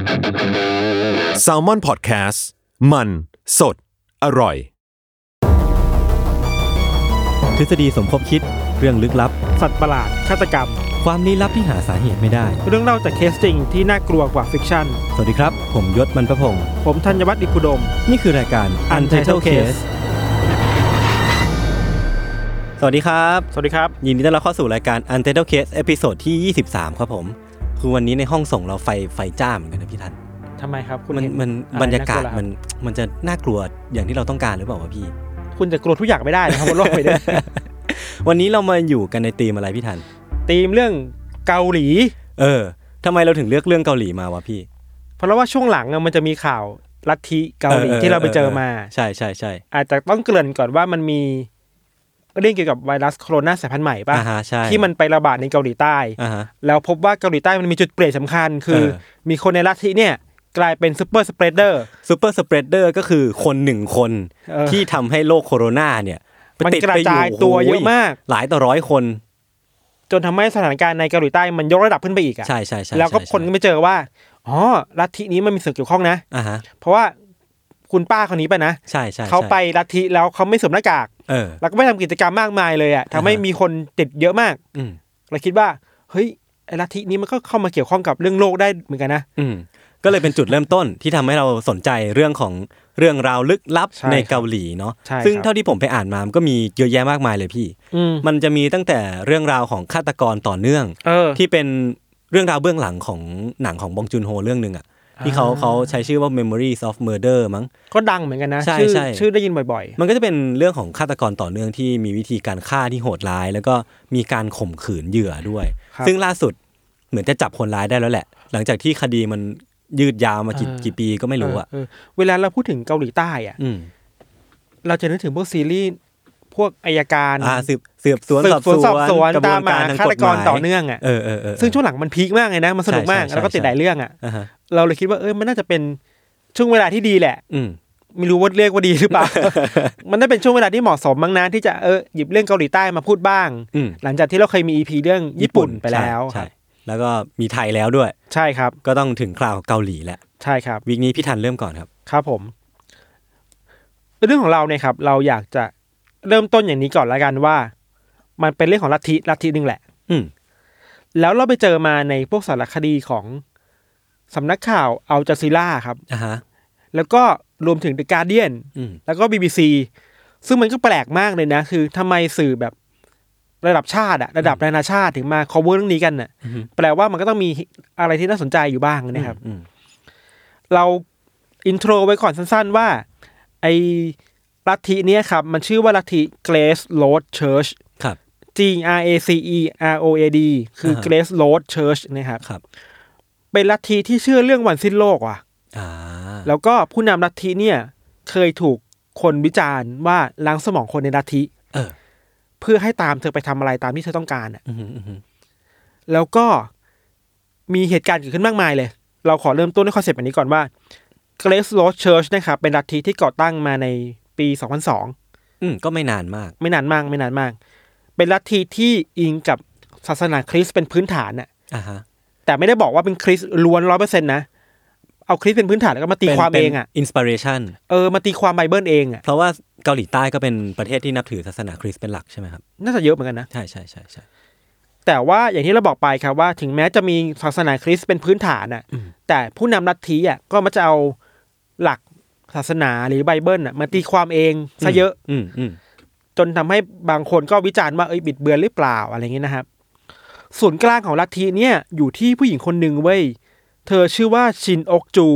Salmon Podcast มันสดอร่อยทฤษฎีสมคบคิดเรื่องลึกลับสัตว์ประหลาดฆาตกรรมความลี้ลับที่หาสาเหตุไม่ได้เรื่องเล่าจากเคสจริงที่น่ากลัวกว่าฟิกชั่นสวัสดีครับผมยศมันประพงษ์ผมธัญวัฒน์อิพุดมนี่คือรายการ Untitled Case สวัสดีครับสวัสดีครับยินดีต้อนรับเข้าสู่รายการ Untitled Case เอพิโซดที่23ครับผมคือวันนี้ในห้องส่งเราไฟจ้าเหมือนกันนะพี่ทันทำไมครับคุณมันบรรยากาศมันจะน่ากลัวอย่างที่เราต้องการหรือเปล่าวะพี่คุณจะกลัวทุกอย่างไม่ได้นะครับบนโลกใบนี้วันนี้เรามาอยู่กันในธีมอะไรพี่ทันธีมเรื่องเกาหลีทำไมเราถึงเลือกเรื่องเกาหลีมาวะพี่เพราะว่าช่วงหลังมันจะมีข่าวลัทธิเกาหลีที่เราไปเจอมาใช่ๆๆอาจจะต้องเกริ่นก่อนว่ามันมีเรื่องเกี่ยวกับไวรัสโคโรนาสายพันธุ์ใหม่ป่ะที่มันไประบาดในเกาหลีใต้แล้วพบว่าเกาหลีใต้มันมีจุดเปลี่ยนสำคัญคือมีคนในลัทธิเนี่ยกลายเป็นซูเปอร์สเปรดเดอร์ก็คือคน1คนที่ทำให้โรคโคโรนาเนี่ยมันกระจายตัวเยอะมากหลายต่อร้อยคนจนทำให้สถานการณ์ในเกาหลีใต้มันยกระดับขึ้นไปอีกอ่ะใช่ๆๆแล้วก็คนก็ไปเจอว่าอ๋อลัทธินี้มันมีส่วนเกี่ยวข้องนะเพราะว่าคุณป้าคนนี้ไปนะใช่ๆเขาไปลัทธิแล้วเขาไม่สวมหน้ากากแล้วก็ไม่ทำกิจกรรมมากมายเลยอ่ะทำให้มีคนติดเยอะมากเราคิดว่าเฮ้ยไอ้ลัทธินี้มันก็เข้ามาเกี่ยวข้องกับเรื่องโลกได้เหมือนกันนะก็เลยเป็นจุดเริ่มต้นที่ทำให้เราสนใจเรื่องของเรื่องราวลึกลับในเกาหลีเนาะซึ่งเท่าที่ผมไปอ่านมามันก็มีเยอะแยะมากมายเลยพี่มันจะมีตั้งแต่เรื่องราวของฆาตกรต่อเนื่องที่เป็นเรื่องราวเบื้องหลังของหนังของบองจุนโฮเรื่องนึงอ่ะที่เขาใช้ชื่อว่า Memories of Murder มั้งก็ดังเหมือนกันนะชื่อได้ยินบ่อยๆมันก็จะเป็นเรื่องของฆาตกรต่อเนื่องที่มีวิธีการฆ่าที่โหดร้ายแล้วก็มีการข่มขืนเหยื่อด้วยซึ่งล่าสุดเหมือนจะจับคนร้ายได้แล้วแหละหลังจากที่คดีมันยืดยาวมากี่ปีก็ไม่รู้อ่ะเวลาเราพูดถึงเกาหลีใต้อ่ะเราจะนึกถึงพวกซีรีส์พวกอัยการสืบสวนสอบสวนตามมาฆาตกรต่อเนื่องอ่ะซึ่งช่วงหลังมันพีคมากเลยนะมันสนุกมากแล้วก็ติดหลายเรื่องอ่ะเราเลยคิดว่ามันน่าจะเป็นช่วงเวลาที่ดีแหละไม่รู้ว่าเรียกว่าดีหรือเปล่ามันได้เป็นช่วงเวลาที่เหมาะสมมั้งนะที่จะหยิบเรื่องเกาหลีใต้มาพูดบ้างหลังจากที่เราเคยมี EP เรื่องญี่ปุ่นไปแล้วแล้วก็มีไทยแล้วด้วยใช่ครับก็ต้องถึงคราวเกาหลีแล้วใช่ครับวีคนี้พี่ทันเริ่มก่อนครับครับผมเรื่องของเราเนี่ยครับเราอยากจะเริ่มต้นอย่างนี้ก่อนละกันว่ามันเป็นเรื่องของลัทธินึงแหละแล้วเราไปเจอมาในพวกสารคดีของสำนักข่าวอัลจาซีราครับแล้วก็รวมถึง The Guardian แล้วก็ BBC ซึ่งมันก็แปลกมากเลยนะคือทำไมสื่อแบบระดับชาติระดับนานาชาติถึงมา cover เรื่องนี้กันน่ะแปลว่ามันก็ต้องมีอะไรที่น่าสนใจอยู่บ้างนะครับเราอินโทรไว้ก่อนสั้นๆว่าไอ้ลัทธินี้ครับมันชื่อว่าลัทธิ Grace Road Church ครับ GRACEROAD คือ Grace Road Church นะครับเป็นลัทธิที่เชื่อเรื่องวันสิ้นโลกว่ะแล้วก็ผู้นำลัทธิเนี่ยเคยถูกคนวิจารณ์ว่าล้างสมองคนในลัทธิเพื่อให้ตามเธอไปทำอะไรตามที่เธอต้องการอ่ะแล้วก็มีเหตุการณ์เกิดขึ้นมากมายเลยเราขอเริ่มต้นด้วยคอนเซปต์อันนี้ก่อนว่า Grace Road Church นะครับเป็นลัทธิที่ก่อตั้งมาในปี2002 ก็ไม่นานมากเป็นลัทธิที่อิงกับศาสนาคริสต์เป็นพื้นฐานน่ะแต่ไม่ได้บอกว่าเป็นคริสต์ล้วน 100% นะเอาคริสต์เป็นพื้นฐานแล้วก็มาตีความเองอ่ะ inspiration มาตีความไบเบิลเองอ่ะเพราะว่าเกาหลีใต้ก็เป็นประเทศที่นับถือศาสนาคริสต์เป็นหลักใช่ไหมครับน่าจะเยอะเหมือนกันนะใช่ๆแต่ว่าอย่างที่เราบอกไปครับว่าถึงแม้จะมีศาสนาคริสต์เป็นพื้นฐานน่ะแต่ผู้นำลัทธิอ่ะก็มักจะเอาหลักศาสนาหรือไบเบิลน่ะมาตีความเองซะเยอะจนทำให้บางคนก็วิจารณ์ว่าบิดเบือนหรือเปล่าอะไรอย่างงี้นะครับศูนย์กลางของลัทธิเนี่ยอยู่ที่ผู้หญิงคนนึงเว้ยเธอชื่อว่าชินอกจู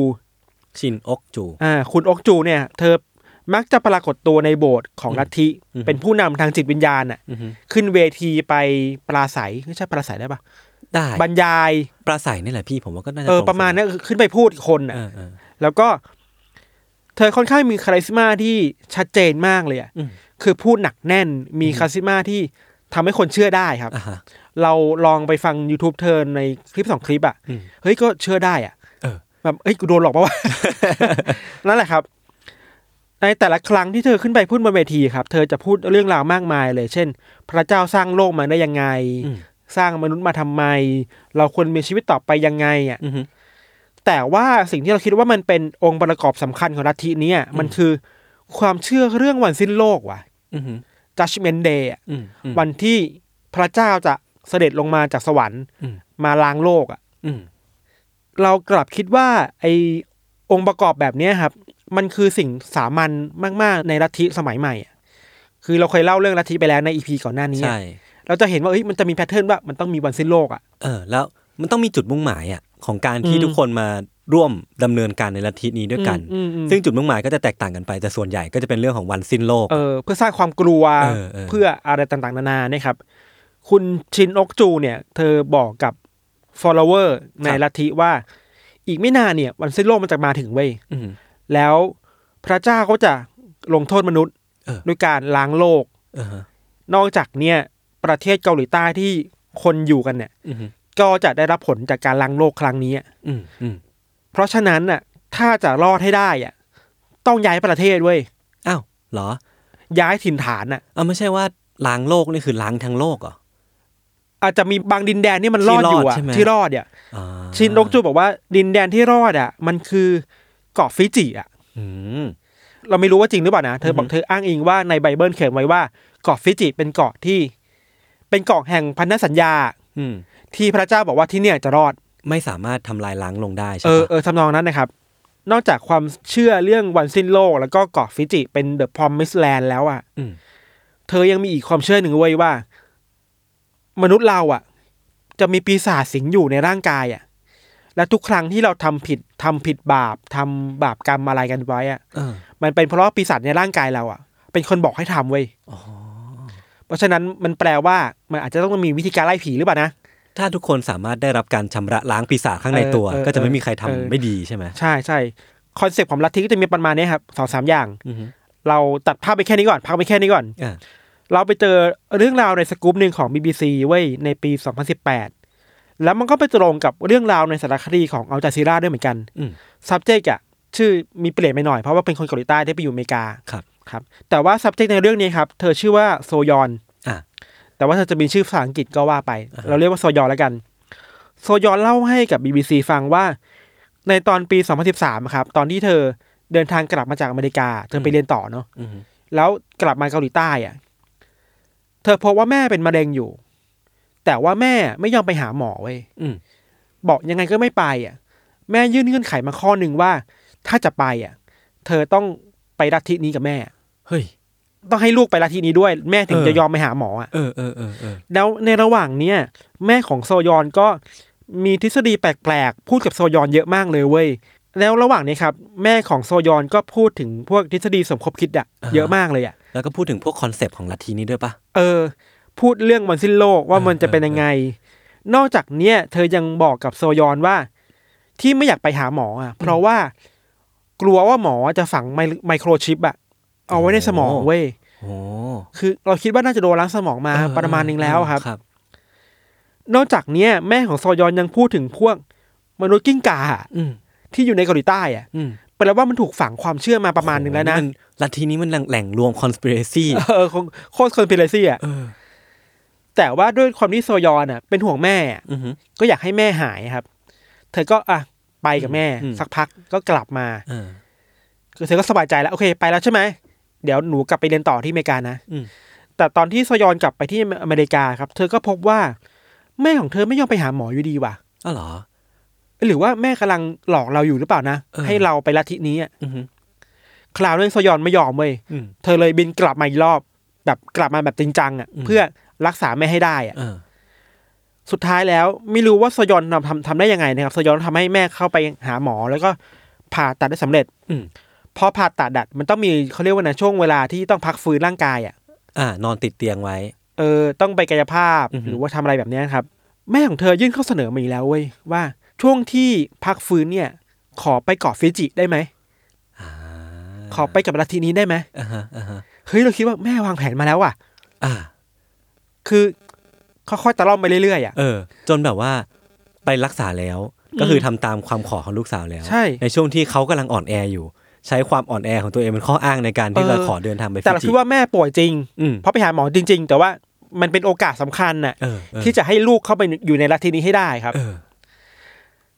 คุณอกจูเนี่ยเธอมักจะปรากฏตัวในโบสถ์ของลัทธิเป็นผู้นำทางจิตวิญญาณน่ะขึ้นเวทีไปปราศัยไม่ใช่ปราศัยได้ปะได้บรรยายปราศัยนี่แหละพี่ผมว่าก็น่าจะประมาณนั้นขึ้นไปพูดคนน่ะแล้วก็เธอค่อนข้างมีคาลิสมาที่ชัดเจนมากเลยอ่ะคือพูดหนักแน่นมีคาลิสมาที่ทำให้คนเชื่อได้ครับเราลองไปฟัง YouTube เธอในคลิป2คลิปอ่ะเฮ้ยก็เชื่อได้อ่ะแบบกูโดนหลอกป่ะวะ นั่นแหละครับในแต่ละครั้งที่เธอขึ้นไปพูดบนเวทีครับเธอจะพูดเรื่องราวมากมายเลยเช่นพระเจ้าสร้างโลกมาได้ยังไงสร้างมนุษย์มาทำไมเราควรมีชีวิตต่อไปยังไงอ่ะแต่ว่าสิ่งที่เราคิดว่ามันเป็นองค์ประกอบสำคัญของลัทธินี้มันคือความเชื่อเรื่องวันสิ้นโลกว่ะJudgment Day วันที่พระเจ้าจะเสด็จลงมาจากสวรรค์มาล้างโลกเรากลับคิดว่าไอ้องค์ประกอบแบบนี้ครับมันคือสิ่งสามัญมากๆในลัทธิสมัยใหม่คือเราเคยเล่าเรื่องลัทธิไปแล้วใน EP ก่อนหน้านี้เราจะเห็นว่ามันจะมีแพทเทิร์นว่ามันต้องมีวันสิ้นโลกแล้วมันต้องมีจุดมุ่งหมายของการที่ทุกคนมาร่วมดำเนินการในลัทธินี้ด้วยกันซึ่งจุดมุ่งหมายก็จะแตกต่างกันไปแต่ส่วนใหญ่ก็จะเป็นเรื่องของวันสิ้นโลกเพื่อสร้างความกลัวเพื่ออะไรต่างๆนานาเนี่ยครับคุณชินอกจูเนี่ยเธอบอกกับ follower ในลัทธิว่าอีกไม่นานเนี่ยวันสิ้นโลกมันจะมาถึงเว้ยแล้วพระเจ้าก็จะลงโทษมนุษย์ด้วยการล้างโลกนอกจากเนี่ยประเทศเกาหลีใต้ที่คนอยู่กันเนี่ยก็จะได้รับผลจากการล้างโลกครั้งนี้เพราะฉะนั้นถ้าจะรอดให้ได้ต้องย้ายประเทศเว้ยอ้าวเหรอย้ายถิ่นฐานไม่ใช่ว่าล้างโลกนี่คือล้างทั้งโลกเหรออาจจะมีบางดินแดนที่มันรอดอยู่ที่รอดชินดกจูบอกว่าดินแดนที่รอดมันคือเกาะฟิจิเราไม่รู้ว่าจริงหรือเปล่านะเธอบอกเธออ้างอิงว่าในไบเบิลเขียนไว้ว่าเกาะฟิจิเป็นเกาะที่เป็นเกาะแห่งพันธสัญญาที่พระเจ้าบอกว่าที่เนี่ยจะรอดไม่สามารถทำลายล้างลงได้ใช่ไหมทำนองนั้นนะครับนอกจากความเชื่อเรื่องวันสิ้นโลกแล้วก็เกาะฟิจิเป็น The Promised Land แล้วเธอยังมีอีกความเชื่อหนึ่งเว้ยว่ามนุษย์เราจะมีปีศาจสิงอยู่ในร่างกายและทุกครั้งที่เราทำผิดบาปทำบาปกรรมอะไรกันไว้มันเป็นเพราะปีศาจในร่างกายเราเป็นคนบอกให้ทำเว้ยเพราะฉะนั้นมันแปลว่ามันอาจจะต้องมีวิธีการไล่ผีหรือเปล่านะถ้าทุกคนสามารถได้รับการชำระล้างปีศาจข้างในตัวก็จะไม่มีใครทำไม่ดีใช่ไหมใช่ใช่คอนเซ็ปต์ของลัทธิก็จะมีประมาณนี้ครับ 2-3 อย่างเราตัดภาพไปแค่นี้ก่อนพักไปแค่นี้ก่อนเราไปเจอเรื่องราวในสกู๊ปนึงของ BBC เว้ยในปี 2018แล้วมันก็ไปตรงกับเรื่องราวในสารคดีของอัลจาซีราด้วยเหมือนกันsubject ชื่อมีเปลี่ยนไปหน่อยเพราะว่าเป็นคนเกาหลีใต้ที่ไปอยู่อเมริกาครับแต่ว่า subject ในเรื่องนี้ครับเธอชื่อว่าโซยอนแต่ว่าเธอจะมีชื่อภาษาอังกฤษก็ว่าไปเราเรียกว่าโซยอนแล้วกันโซยอนเล่าให้กับ BBC ฟังว่าในตอนปี 2013ครับตอนที่เธอเดินทางกลับมาจากอเมริกาเธอไปเรียนต่อเนาะแล้วกลับมาเกาหลีใต้เธอพบว่าแม่เป็นมะเร็งอยู่แต่ว่าแม่ไม่ยอมไปหาหมอเว้ยบอกยังไงก็ไม่ไปแม่ยื่นเงื่อนไขมาข้อหนึ่งว่าถ้าจะไปเธอต้องไปลัทธินี้กับแม่เฮ้ยต้องให้ลูกไปลัทธินี้ด้วยแม่ถึงจะยอมไปหาหมอแล้วในระหว่างเนี้ยแม่ของโซยอนก็มีทฤษฎีแปลกๆพูดกับโซยอนเยอะมากเลยเว้ยแล้วระหว่างนี้ครับแม่ของโซยอนก็พูดถึงพวกทฤษฎีสมคบคิดเยอะมากเลยแล้วก็พูดถึงพวกคอนเซปต์ของลัทธินี้ด้วยปะพูดเรื่องวันสิ้นโลกว่ามันจะเป็นยังไงนอกจากเนี้ยเธอยังบอกกับโซยอนว่าที่ไม่อยากไปหาหมอเพราะว่ากลัวว่าหมอจะฝังไมโครชิปเอาไว้ในสมองเว้ยคือเราคิดว่าน่าจะโดนล้างสมองมาประมาณนึงแล้วครับนอกจากเนี้ยแม่ของโซยอนยังพูดถึงพวกมนุษย์กิ้งก่าที่อยู่ในเกาหลีใต้แปลว่ามันถูกฝังความเชื่อมาประมาณนึงแล้วนะลัทธินี้มันแหล่งรวม conspiracy โคตร conspiracy แต่ว่าด้วยความที่โซยอนเป็นห่วงแม่ก็อยากให้แม่หายครับเธอก็ไปกับแม่สักพักก็กลับมาคือเธอก็สบายใจแล้วโอเคไปแล้วใช่ไหมเดี๋ยวหนูกลับไปเรียนต่อที่อเมริกานะแต่ตอนที่โซยอนกลับไปที่อเมริกาครับเธอก็พบว่าแม่ของเธอไม่ยอมไปหาหมออยู่ดีว่ะอ๋อเหรอหรือว่าแม่กำลังหลอกเราอยู่หรือเปล่านะให้เราไปลัทธินี้คราวนี้โซยอนไม่ยอมเว้ยเธอเลยบินกลับมาอีกรอบแบบกลับมาแบบจริงจังเพื่อรักษาแม่ให้ได้สุดท้ายแล้วไม่รู้ว่าโซยอนทำได้ยังไงนะครับโซยอนทำให้แม่เข้าไปหาหมอแล้วก็ผ่าตัดได้สำเร็จพอผ่าตัดมันต้องมีเขาเรียกว่าช่วงเวลาที่ต้องพักฟื้นร่างกายนอนติดเตียงไว้ต้องไปกายภาพหรือว่าทำอะไรแบบนี้ครับแม่ของเธอยื่นข้อเสนอมาอีกแล้วเว้ยว่าช่วงที่พักฟื้นเนี่ยขอไปเกาะฟิจิได้ไหมขอไปกับลัทธินี้ได้ไหมเฮ้ยเราคิดว่าแม่วางแผนมาแล้วคือค่อยๆตะล่อมไปเรื่อยๆจนแบบว่าไปรักษาแล้วก็คือทำตามความขอของลูกสาวแล้วในช่วงที่เขากำลังอ่อนแออยู่ใช้ความอ่อนแอของตัวเองเป็นข้ออ้างในการที่จะขอเดินทางไปฟิจิแต่เราคิดว่าแม่ป่วยจริงเพราะไปหาหมอจริงๆแต่ว่ามันเป็นโอกาสสำคัญที่จะให้ลูกเข้าไปอยู่ในลัทธินี้ให้ได้ครับ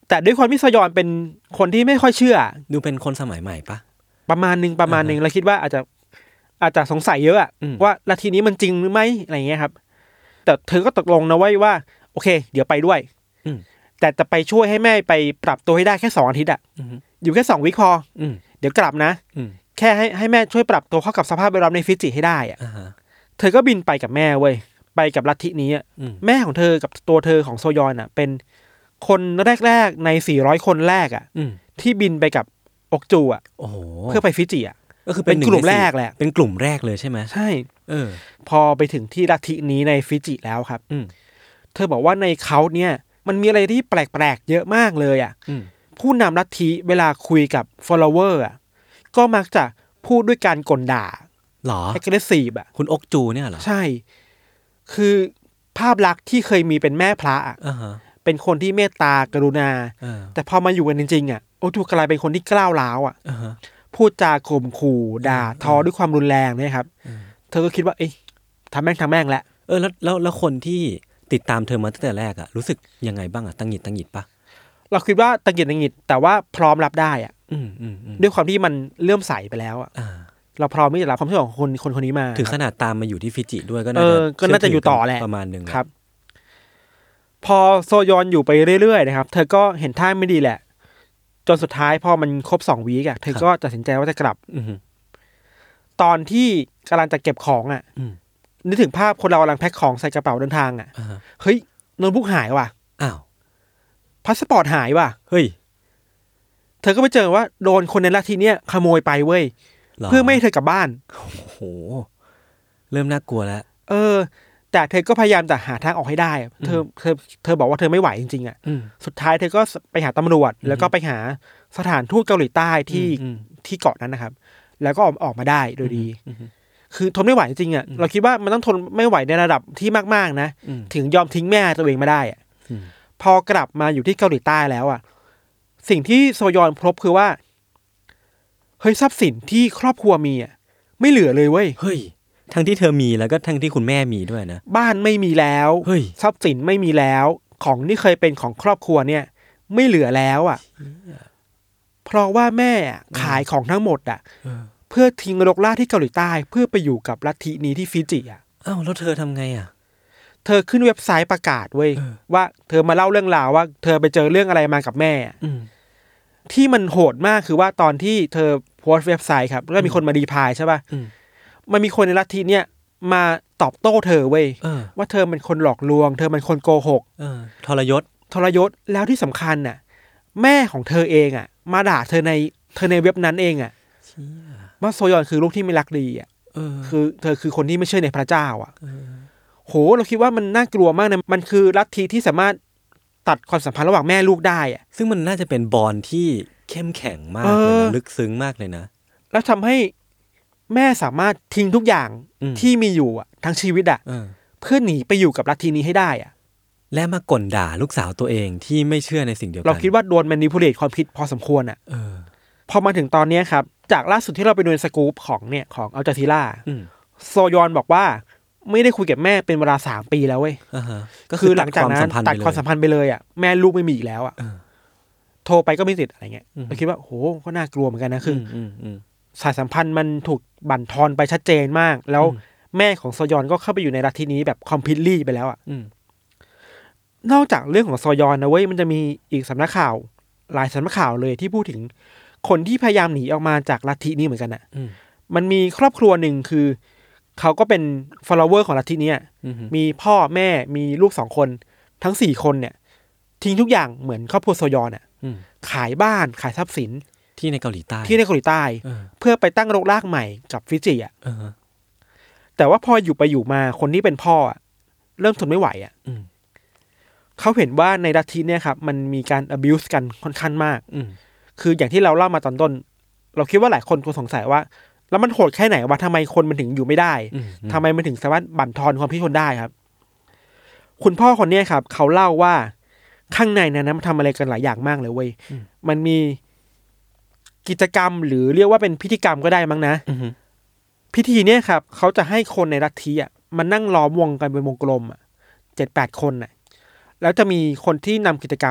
แต่ด้วยความที่ซอยอนเป็นคนที่ไม่ค่อยเชื่อดูเป็นคนสมัยใหม่ปะประมาณนึงเราคิดว่าอาจจะสงสัยเยอะอะว่าลัทธินี้มันจริงหรือไม่อะไรเงี้ยครับแต่เธอก็ตกลงนะว่าโอเคเดี๋ยวไปด้วยแต่จะไปช่วยให้แม่ไปปรับตัวให้ได้แค่2 อาทิตย์อ่ะอยู่แค่2 วีคพอเดี๋ยวกลับนะแค่ให้แม่ช่วยปรับตัวเข้ากับสภาพแวดล้อมในฟิจิให้ได้อ่ะเธอก็บินไปกับแม่เว้ยไปกับลัทธินี้แม่ของเธอกับตัวเธอของโซยอนอ่ะเป็นคนแรกๆใน400 คนแรกอ่ะที่บินไปกับอกจูอ่ะเพื่อไปฟิจิอ่ะก็คือเป็นกลุ่มแรกแหละเป็นกลุ่มแรกเลยใช่ไหมใช่พอไปถึงที่ลัทธินี้ในฟิจิแล้วครับเธอบอกว่าในเขาเนี่ยมันมีอะไรที่แปลกๆเยอะมากเลยอ่ะผู้นำลัทธิเวลาคุยกับ follower อ่ะก็มักจะพูดด้วยการกลด่าหรอ aggressive อ่ะคุณอกจูเนี่ยเหรอใช่คือภาพลักษณ์ที่เคยมีเป็นแม่พระอ่ะเป็นคนที่เมตตากรุณาแต่พอมาอยู่กันจริงๆอ่ะโอ้ถูกกลายเป็นคนที่กล้าวร้าวอ่ะพูดจาข่มขู่ด่าทอด้วยความรุนแรงเนี่ยครับเธอก็คิดว่าเอ๊ะทำแม่งแหละแล้วคนที่ติดตามเธอมาตั้งแต่แรกอ่ะรู้สึกยังไงบ้างอ่ะตังหงิดปะเราคิดว่าตังหงิดแต่ว่าพร้อมรับได้อ่ะด้วยความที่มันเริ่มใสไปแล้วอ่ะเราพร้อมที่จะรับความเชื่อของคนนี้มาถึงขนาดตามมาอยู่ที่ฟิจิด้วยก็น่าจะอยู่ต่อแหละประมาณนึงครับพอโซยอนอยู่ไปเรื่อยๆนะครับเธอก็เห็นท่าไม่ดีแหละจนสุดท้ายพอมันครบ2 วีคอ่ะเธอก็ตัดสินใจว่าจะกลับตอนที่กำลังจะเก็บของอ่ะนึกถึงภาพคนเรากำลังแพ็คของใส่กระเป๋าเดินทางอ่ะเฮ้ยโน้ตบุ๊กหายว่ะอ้าวพาสปอร์ตหายว่ะเฮ้ยเธอก็ไปเจอว่าโดนคนในลัทธิเนี้ยขโมยไปเว้ยเพื่อไม่ให้เธอกลับบ้านโอ้โหเริ่มน่ากลัวแล้วแต่เธอก็พยายามจะหาทางออกให้ได้เธอบอกว่าเธอไม่ไหวจริงๆอ่ะสุดท้ายเธอก็ไปหาตำรวจแล้วก็ไปหาสถานทูตเกาหลีใต้ที่เกาะนั้นนะครับแล้วก็ออกมาได้โดยดีคือทนไม่ไหวจริงๆอ่ะเราคิดว่ามันต้องทนไม่ไหวในระดับที่มากๆนะถึงยอมทิ้งแม่ตัวเองมาได้อ่ะพอกลับมาอยู่ที่เกาหลีใต้แล้วอ่ะสิ่งที่โซยอนพบคือว่าเฮ้ยทรัพย์สินที่ครอบครัวมีอ่ะไม่เหลือเลยเว้ยเฮ้ยทั้งที่เธอมีแล้วก็ทั้งที่คุณแม่มีด้วยนะบ้านไม่มีแล้วทรัพย์สินไม่มีแล้วของที่เคยเป็นของครอบครัวเนี่ยไม่เหลือแล้วอ่ะเพราะว่าแม่ขายของทั้งหมดอ่ะเพื่อทิ้งรกรากที่เกาหลีใต้เพื่อไปอยู่กับลัทธินี้ที่ฟิจิอ่ะอ้าวแล้วเธอทำไงอ่ะเธอขึ้นเว็บไซต์ประกาศเว้ยว่าเธอมาเล่าเรื่องราวว่าเธอไปเจอเรื่องอะไรมากับแม่ที่มันโหดมากคือว่าตอนที่เธอโพสต์เว็บไซต์ครับแล้วมีคนมารีพลายใช่ป่ะมันมีคนในลัทธิเนี่ยมาตอบโต้เธอเว้ยว่าเธอเป็นคนหลอกลวงเธอเป็นคนโกหกทรยศแล้วที่สำคัญน่ะแม่ของเธอเองอ่ะมาด่าเธอในเว็บนั้นเองอ่ะว่าโซยอนคือลูกที่ไม่รักดีอ่ะคือเธอคือคนที่ไม่เชื่อในพระเจ้าอ่ะโหเราคิดว่ามันน่ากลัวมากนะมันคือลัทธิที่สามารถตัดความสัมพันธ์ระหว่างแม่ลูกได้อ่ะซึ่งมันน่าจะเป็นบอนที่เข้มแข็งมากเลยนะลึกซึ้งมากเลยนะแล้วทำให้แม่สามารถทิ้งทุกอย่างที่มีอยู่อ่ะทั้งชีวิตอ่ะเพื่อหนีไปอยู่กับลัทธินี้ให้ได้อ่ะและมากลด่าลูกสาวตัวเองที่ไม่เชื่อในสิ่งเดียวกันเราคิดว่าโดนแมนิพูเลตความคิดพอสมควรอ่ะพอมาถึงตอนนี้ครับจากล่าสุดที่เราไปดูในสกู๊ปของอัลจาซีราโซยอนบอกว่าไม่ได้คุยกับแม่เป็นเวลา3 ปีแล้วเว้ยก็คือหลังจากนั้นตัดความสัมพันธ์ไปเลยอ่ะแม่ลูกไม่มีอีกแล้วอ่ะโทรไปก็ไม่ติดอะไรเงี้ยเราคิดว่าโหก็น่ากลัวเหมือนกันนะคือสายสัมพันธ์มันถูกบั่นทอนไปชัดเจนมากแล้วแม่ของโซยอนก็เข้าไปอยู่ในลัทธินี้แบบคอมพลีทลี่ไปแล้วอ่ะนอกจากเรื่องของโซยอนนะเว้ยมันจะมีอีกสำนักข่าวหลายสำนักข่าวเลยที่พูดถึงคนที่พยายามหนีออกมาจากลัทธินี้เหมือนกันอ่ะมันมีครอบครัวหนึ่งคือเขาก็เป็น follower ของลัทธินี้มีพ่อแม่มีลูก2 คนทั้ง4 คนเนี่ยทิ้งทุกอย่างเหมือนครอบครัวโซยอนอ่ะขายบ้านขายทรัพย์สินที่ในเกาหลีใต้เพื่อไปตั้งรกรากใหม่กับฟิจิอ่ะแต่ว่าพออยู่ไปอยู่มาคนที่เป็นพ่ออ่ะเริ่มทนไม่ไหวอ่ะเขาเห็นว่าในลัทธิเนี่ยครับมันมีการ abuse กันค่อนข้างมากคืออย่างที่เราเล่ามาตอนต้นเราคิดว่าหลายคนคงสงสัยว่าแล้วมันโหดแค่ไหนวะทำไมคนมันถึงอยู่ไม่ได้ทำไมมันถึงสามารถบั่นทอนความคิดคนได้ครับคุณพ่อคนนี้ครับเขาเล่าว่าข้างในนั้นมันทำอะไรกันหลายอย่างมากเลยเว้ยมันมีกิจกรรมหรือเรียกว่าเป็นพิธีกรรมก็ได้มั้งนะพิธีเนี้ยครับเขาจะให้คนในลัทธิอ่ะมันนั่งล้อมวงกันเป็นวงกลมอ่ะ 7-8 คนอ่ะแล้วจะมีคนที่นำกิจกรรมอ่ะ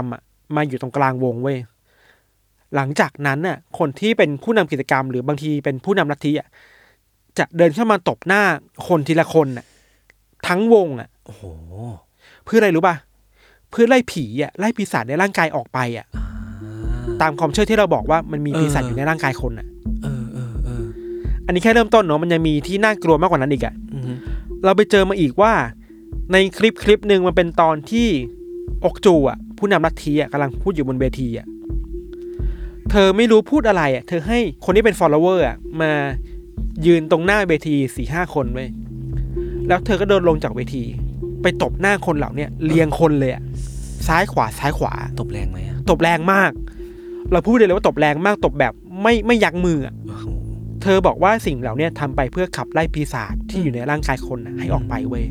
มาอยู่ตรงกลางวงเว้ยหลังจากนั้นน่ะคนที่เป็นผู้นำกิจกรรมหรือบางทีเป็นผู้นำลัทธิอ่ะจะเดินเข้ามาตบหน้าคนทีละคนน่ะทั้งวงอ่ะโอ้โหเพื่ออะไรรู้ป่ะเพื่อไล่ผีอ่ะไล่ปีศาจในร่างกายออกไปอ่ะตามความเชื่อที่เราบอกว่ามันมีปีศาจอยู่ในร่างกายคนอ่ะอันนี้แค่เริ่มต้นเนาะมันยังมีที่น่ากลัวมากกว่านั้นอีกอ่ะเราไปเจอมาอีกว่าในคลิปนึงมันเป็นตอนที่อกจูอ่ะผู้นำลัทธิอ่ะกำลังพูดอยู่บนเวทีอ่ะเธอไม่รู้พูดอะไรอ่ะเธอให้คนที่เป็น follower อ่ะมายืนตรงหน้าเวที 4-5 คนเว้ยแล้วเธอก็เดินลงจากเวทีไปตบหน้าคนเหล่านี้เรียงคนเลยอ่ะซ้ายขวาซ้ายขวาตบแรงไหมอ่ะตบแรงมากเราพูดเลยว่าตบแรงมากตบแบบไม่ยั้งมืออ่ะเธอบอกว่าสิ่งเหล่านี้ทำไปเพื่อขับไล่ปีศาจที่อยู่ในร่างกายคนให้ออกไปเว้ย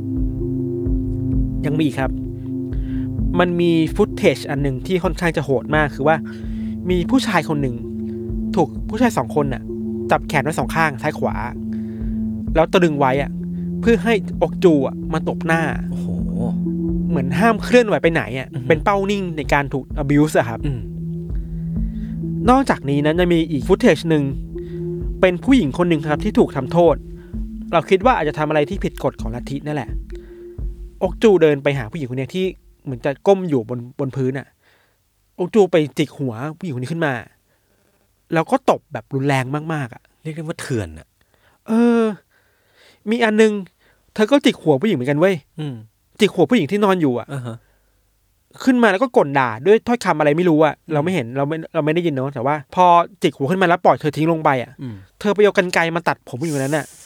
ยังมีครับมันมีฟุตเทจอันนึงที่ค่อนข้างจะโหดมากคือว่ามีผู้ชายคนหนึ่งถูกผู้ชาย2 คนน่ะจับแขนไว้2 ข้างซ้ายขวาแล้วตรึงไว้อ่ะเพื่อให้อกจูอ่ะมาตบหน้าโอ้โหเหมือนห้ามเคลื่อนไหวไปไหนอ่ะเป็นเป้านิ่งในการถูก abuse อะครับนอกจากนี้นะจะมีอีกฟุตเทจนึงเป็นผู้หญิงคนหนึ่งครับที่ถูกทำโทษเราคิดว่าอาจจะทำอะไรที่ผิดกฎของลัทธินั่นแหละอกจูเดินไปหาผู้หญิงคนนี้ที่เหมือนจะก้มอยู่บนพื้นอ่ะอกจูไปจิกหัวผู้หญิงคนนี้ขึ้นมาแล้วก็ตบแบบรุนแรงมากๆอ่ะเรียกได้ว่าเถื่อนอ่ะมีอันนึงเธอก็จิกหัวผู้หญิงเหมือนกันเว้ยจิกหัวผู้หญิงที่นอนอยู่อ่ะขึ้นมาแล้วก็ก่นด่าด้วยถ้อยคำอะไรไม่รู้อ่ะเราไม่เห็นเราไม่ได้ยินเนาะแต่ว่าพอจิกหัวขึ้นมาแล้วปล่อยเธอทิ้งลงไปอ่ะเธอไปเอากรรไกรมาตัดผมผู้หญิงคนนั้นน่ะ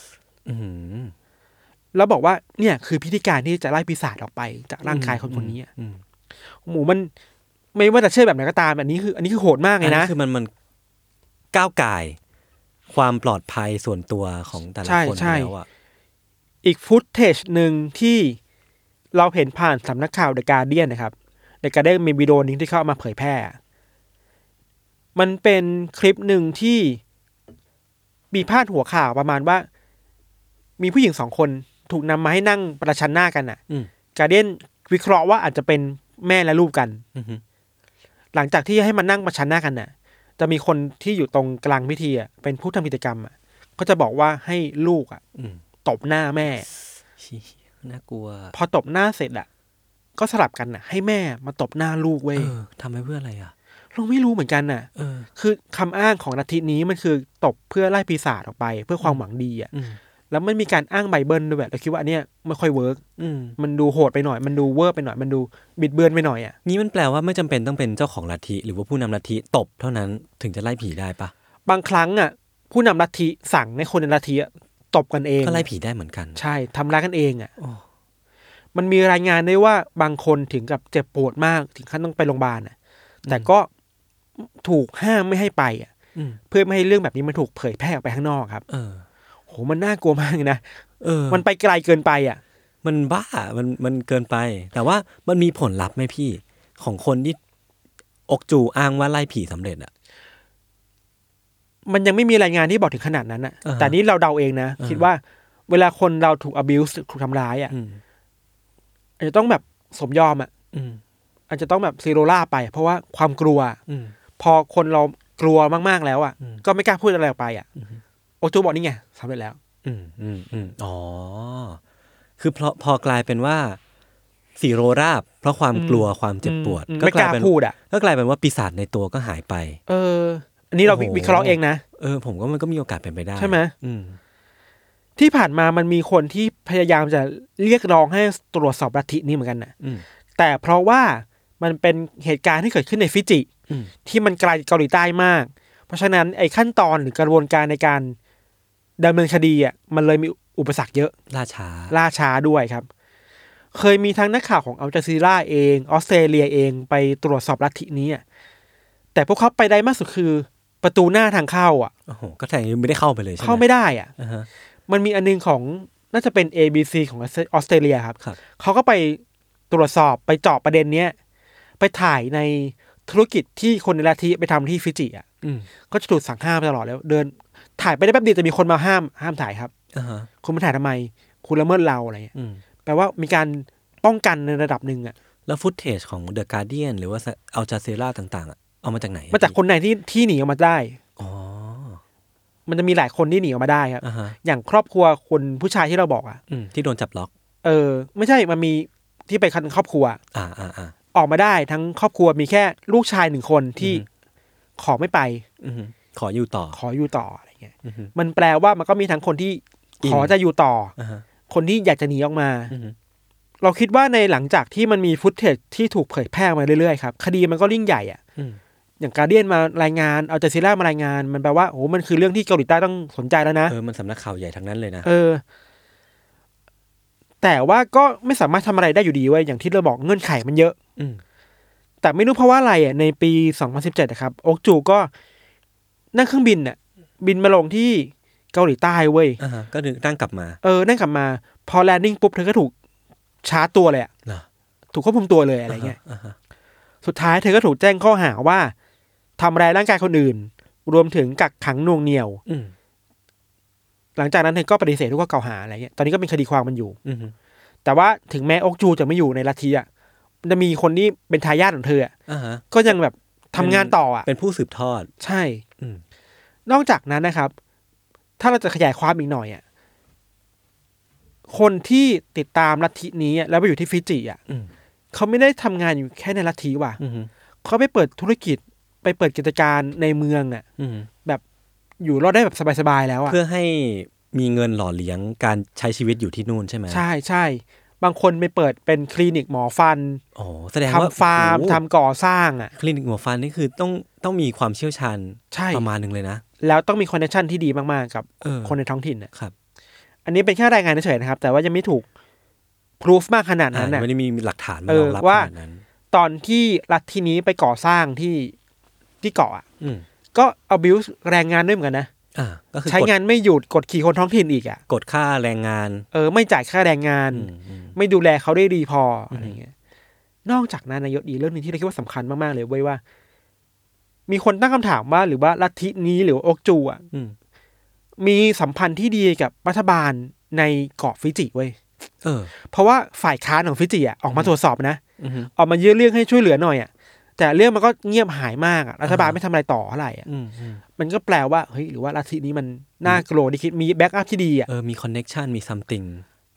แล้วบอกว่าเนี่ยคือพิธีการที่จะไล่ปีศาจออกไปจากร่างกายคนนี้หมูมันไม่ว่าจะเชื่อแบบไหนก็ตามอันนี้คือโหดมากเลยนะคือมันก้าวก่ายความปลอดภัยส่วนตัวของแต่ละคนแล้วอ่ะอีกฟุตเทจนึงที่เราเห็นผ่านสำนักข่าว The Guardian นะครับ The Guardian มีวิดีโอนึงที่เขาเอามาเผยแพร่มันเป็นคลิปนึงที่มีพาดหัวข่าวประมาณว่ามีผู้หญิง2 คนถูกนำมาให้นั่งประชันหน้ากันGuardian วิเคราะห์ว่าอาจจะเป็นแม่และลูกกันหลังจากที่ให้มันนั่งประชันหน้ากันน่ะจะมีคนที่อยู่ตรงกลางพิธีอ่ะเป็นผู้ทำกิจกรรมอ่ะก็จะบอกว่าให้ลูกอ่ะตบหน้าแม่น่ากลัวพอตบหน้าเสร็จอ่ะก็สลับกันน่ะให้แม่มาตบหน้าลูกเว้ยทำไปเพื่ออะไรอ่ะเราไม่รู้เหมือนกันน่ะคือคำอ้างของลัทธินี้มันคือตบเพื่อไล่ปีศาจออกไปเพื่อความหวังดีอ่ะแล้วมันมีการอ้างไบเบิลด้วยเราคิดว่าอันเนี้ยไม่ค่อยเวิร์กมันดูโหดไปหน่อยมันดูเวอร์ไปหน่อยมันดูบิดเบือนไปหน่อยอ่ะนี่มันแปลว่าไม่จำเป็นต้องเป็นเจ้าของลัทธิหรือว่าผู้นำลัทธิตบเท่านั้นถึงจะไล่ผีได้ปะบางครั้งอ่ะผู้นำลัทธิสั่งให้คนในลัทธิตบกันเองก็ไล่ผีได้เหมือนกันใช่ทำร้ายกันเองอ่ะมันมีรายงานได้ว่าบางคนถึงกับเจ็บปวดมากถึงขั้นต้องไปโรงพยาบาลอ่ะแต่ก็ถูกห้ามไม่ให้ไปอ่ะเพื่อไม่ให้เรื่องแบบนี้มันถูกเผยแพร่ออกไปข้างนอกครับโหมันน่ากลัวมากนะมันไปไกลเกินไปอ่ะมันบ้ามันเกินไปแต่ว่ามันมีผลลัพธ์ไหมพี่ของคนที่อกจูอ้างว่าไล่ผีสำเร็จอ่ะมันยังไม่มีรายงานที่บอกถึงขนาดนั้นอ่ะแต่นี้เราเดาเองนะคิดว่าเวลาคนเราถูก abuse ถูกทำร้ายอ่ะอาจจะต้องแบบสมยอมอ่ะอาจจะต้องแบบซีโรล่าไปเพราะว่าความกลัวพอคนเรากลัวมากๆแล้วอ่ะก็ไม่กล้าพูดอะไรออกไปอ่ะโอจูบอกนี่ไงสำเร็จแล้วอ๋อคือพอกลายเป็นว่าซีโรราบเพราะความกลัวความเจ็บปวดก็กลายเป็นก็กลายเป็นว่าปีศาจในตัวก็หายไปอันนี้เราวิเคราะห์เองนะผมก็มันก็มีโอกาสเป็นไปได้ใช่ไหมที่ผ่านมามันมีคนที่พยายามจะเรียกร้องให้ตรวจสอบลัทธินี้เหมือนกันนะแต่เพราะว่ามันเป็นเหตุการณ์ที่เกิดขึ้นในฟิจิที่มันไกลเกาหลีใต้มากเพราะฉะนั้นไอ้ขั้นตอนหรือกระบวนการในการดำเนินคดีอ่ะมันเลยมีอุปสรรคเยอะล่าช้าด้วยครับเคยมีทั้งนักข่าวของอัลจาซีราเองออสเตรเลียเองไปตรวจสอบลัทธินี้แต่พวกเขาไปได้มากสุดคือประตูหน้าทางเข้าอ่ะโอ้โหก็แทงไม่ได้เข้าไปเลยใช่ไหมเข้าไม่ได้อ่ะมันมีอันนึงของน่าจะเป็น ABC ของออสเตรเลียครับเขาก็ไปตรวจสอบไปเจาะประเด็นเนี้ยไปถ่ายในธุรกิจที่คนในลัทธิไปทำที่ฟิจิอ่ะก็จะถูกสั่งห้ามตลอดแล้วเดินถ่ายไปได้แป๊บเดียวจะมีคนมาห้ามถ่ายครับคุณมาถ่ายทำไมคุณละเมิดเราอะไรแปลว่ามีการป้องกันในระดับหนึ่งอ่ะแแล้วฟุตเทจของ The Guardian หรือว่าอัลจาซีราต่างๆเอามาจากไหนมาจากคนในที่หนีออกมาได้อ๋อมันจะมีหลายคนที่หนีออกมาได้ครับอย่างครอบครัวคนผู้ชายที่เราบอกที่โดนจับล็อกไม่ใช่มันมีที่ไปครอบครัวออกมาได้ทั้งครอบครัวมีแค่ลูกชาย1คนที่ขอไม่ไปขออยู่ต่ออะไรเงี้ยมันแปลว่ามันก็มีทั้งคนที่ขอจะอยู่ต่อคนที่อยากจะหนีออกมาเราคิดว่าในหลังจากที่มันมีฟุตเทจที่ถูกเผยแพร่มาเรื่อยๆครับคดีมันก็ยิ่งใหญ่อย่างการ์เดียนมารายงานอัลจาซีรามารายงานมันแปลว่าโอ้มันคือเรื่องที่เกาหลีใต้ต้องสนใจแล้วนะมันสำนักข่าวใหญ่ทั้งนั้นเลยนะแต่ว่าก็ไม่สามารถทำอะไรได้อยู่ดีเว้ยอย่างที่เราบอกเงื่อนไขมันเยอะแต่ไม่รู้เพราะว่าอะไรในปี2017นะครับโอ๊กจูก็นั่งเครื่องบินบินมาลงที่เกาหลีใต้เว้ยก็นั่งกลับมานั่งกลับมาพอแลนดิ้งปุ๊บเธอก็ถูกชาร์จตัวเลยถูกควบคุมตัวเลยอะไรเงี้ยสุดท้ายเธอก็ถูกแจ้งข้อหาว่าทำร้ายร่างกายคนอื่นรวมถึงกักขังน่วงเหนี่ยวหลังจากนั้นเธอก็ปฏิเสธทุกข้อกล่าวหาอะไรเงี้ยตอนนี้ก็เป็นคดีความมันอยู่แต่ว่าถึงแม้โอ๊กจูจะไม่อยู่ในลัทธิจะมีคนที่เป็นทายาทของเธอก็ยังแบบทำงานต่อเป็นผู้สืบทอดใช่นอกจากนั้นนะครับถ้าเราจะขยายความอีกหน่อยคนที่ติดตามลัทธินี้แล้วไปอยู่ที่ฟิจิเขาไม่ได้ทำงานอยู่แค่ในลัทธิว่ะเขาไปเปิดธุรกิจไปเปิดกิจการในเมืองแบบอยู่รอดได้แบบสบายๆแล้วเพื่อให้มีเงินหล่อเลี้ยงการใช้ชีวิตอยู่ที่นู่นใช่ไหมใช่ใช่บางคนไปเปิดเป็นคลินิกหมอฟันแสดงว่าทำฟาร์มทำก่อสร้างคลินิกหมอฟันนี่คือต้องมีความเชี่ยวชาญประมาณนึงเลยนะแล้วต้องมีคอนเนคชั่นที่ดีมากๆกับคนในท้องถิ่นครับอันนี้เป็นแค่รายงานเฉยๆนะครับแต่ว่ายังไม่ถูกพิสูจมากขนาดนั้นไม่ได้มีหลักฐานมารองรับขนาดนั้นตอนที่ลัทธินี้ไปก่อสร้างที่เกาะก็เอาบิวแรงงานด้วยเหมือนกันนะก็คือใช้งานไม่หยุดกดขี่คนท้องถิ่นอีกกดค่าแรงงานไม่จ่ายค่าแรงงานไม่ดูแลเขาได้ดีพออะไรเงี้ยนอกจากนั้นนายศอีเรื่องนึงที่เราคิดว่าสำคัญมากๆเลยเว้ยว่ามีคนตั้งคำถามว่าหรือว่าลัทธินี้หรือโอ๊กจูมีสัมพันธ์ที่ดีกับรัฐบาลในเกาะฟิจิเว้ยเพราะว่าฝ่ายค้านของฟิจิออกมาตรวจสอบนะออกมายื่นเรื่องให้ช่วยเหลือหน่อยแต่เรื่องมันก็เงียบหายมากรัฐบาลไม่ทำอะไรต่อเท่าไหร่มันก็แปลว่าเฮ้ยหรือว่าลัทธินี้มันน่ากลัวที่คิดมีแบ็กอัพที่ดีมีคอนเนคชั่นมีซัมติง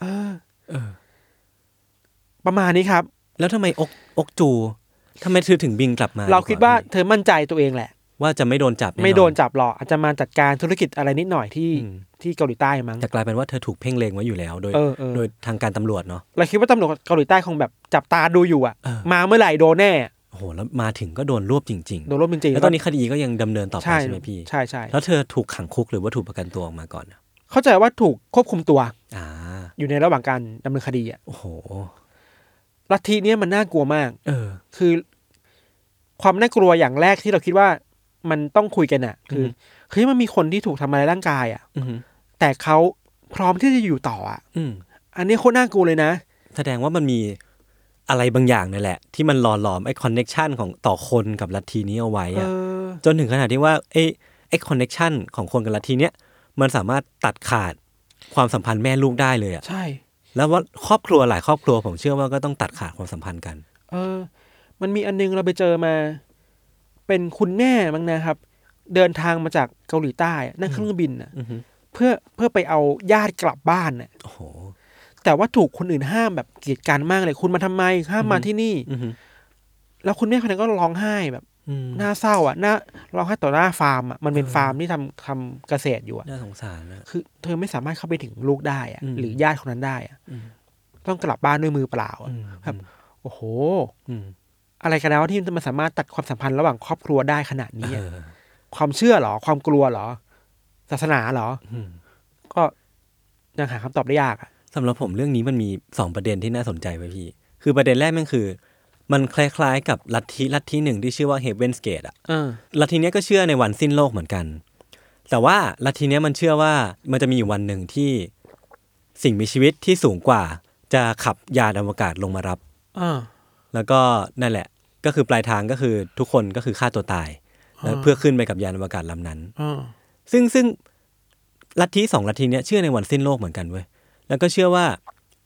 ประมาณนี้ครับแล้วทำไมอกจูทำไมเธอถึงบินกลับมาเราคิดว่าเธอมั่นใจตัวเองแหละว่าจะไม่โดนจับไม่โดนจับหรอกอาจจะมาจัดการธุรกิจอะไรนิดหน่อยที่เกาหลีใต้มั้งแต่กลายเป็นว่าเธอถูกเพ่งเล็งไว้อยู่แล้วโดยทางการตำรวจเนาะเราคิดว่าตำรวจเกาหลีใต้คงแบบจับตาดูอยู่มาเมื่อไหร่โดนแน่โอ้โหแล้วมาถึงก็โดนรวบจริงๆโดนรวบจริงๆแล้วตอนนี้คดีก็ยังดำเนินต่อไปใช่ไหมพี่ใช่แล้วเธอถูกขังคุกหรือว่าถูกประกันตัวออกมาก่อนเข้าใจว่าถูกควบคุมตัวอยู่ในระหว่างการดำเนินคดีโอ้โหลัทธินี้มันน่ากลัวมากคือความน่ากลัวอย่างแรกที่เราคิดว่ามันต้องคุยกันคือมันมีคนที่ถูกทำร้ายร่างกายแต่เขาพร้อมที่จะอยู่ต่ออันนี้โคตรน่ากลัวเลยนะแสดงว่ามันมีอะไรบางอย่างนี่แหละที่มันหล่อหลอมไอ้คอนเนคชันของต่อคนกับลัทธินี้เอาไว้จนถึงขนาดที่ว่าไอ้คอนเนคชันของคนกับลัทธิเนี้ยมันสามารถตัดขาดความสัมพันธ์แม่ลูกได้เลยใช่แล้วว่าครอบครัวหลายครอบครัวผมเชื่อว่าก็ต้องตัดขาดความสัมพันธ์กันมันมีอันนึงเราไปเจอมาเป็นคุณแม่มั้งนะครับเดินทางมาจากเกาหลีใต้นั่งเครื่องบินเพื่อไปเอาญาติกลับบ้านโอ้โหแต่ว่าถูกคนอื่นห้ามแบบกีดกันมากเลยคุณมาทำไมห้ามมาที่นี่แล้วคุณแม่คนนั้นก็ร้องไห้แบบน่าเศร้าน่าร้องไห้ต่อหน้าฟาร์มมันเป็นฟาร์มที่ทำเกษตรอยู่น่าสงสารคือเธอไม่สามารถเข้าไปถึงลูกได้หรือญาติคนนั้นได้ต้องกลับบ้านด้วยมือเปล่าครับโอ้โหอะไรกันแล้วที่มันสามารถตัดความสัมพันธ์ระหว่างครอบครัวได้ขนาดนี้ความเชื่อหรอความกลัวหรอศาสนาหรอก็ยังหาคำตอบได้ยากสำหรับผมเรื่องนี้มันมี2ประเด็นที่น่าสนใจไว้พี่คือประเด็นแรกมันคือมันคล้ายๆกับลัทธิหนึ่งที่ชื่อว่า Heaven's Gate ลัทธินี้ก็เชื่อในวันสิ้นโลกเหมือนกันแต่ว่าลัทธินี้มันเชื่อว่ามันจะมีอยู่วันหนึ่งที่สิ่งมีชีวิตที่สูงกว่าจะขับยานอวกาศลงมารับแล้วก็นั่นแหละก็คือปลายทางก็คือทุกคนก็คือฆ่าตัวตายแล้วเพื่อขึ้นไปกับยานอวกาศลำนั้นซึ่งลัทธิ2ลัทธินี้เชื่อในวันสิ้นโลกเหมือนกันเว้ยแล้วก็เชื่อว่า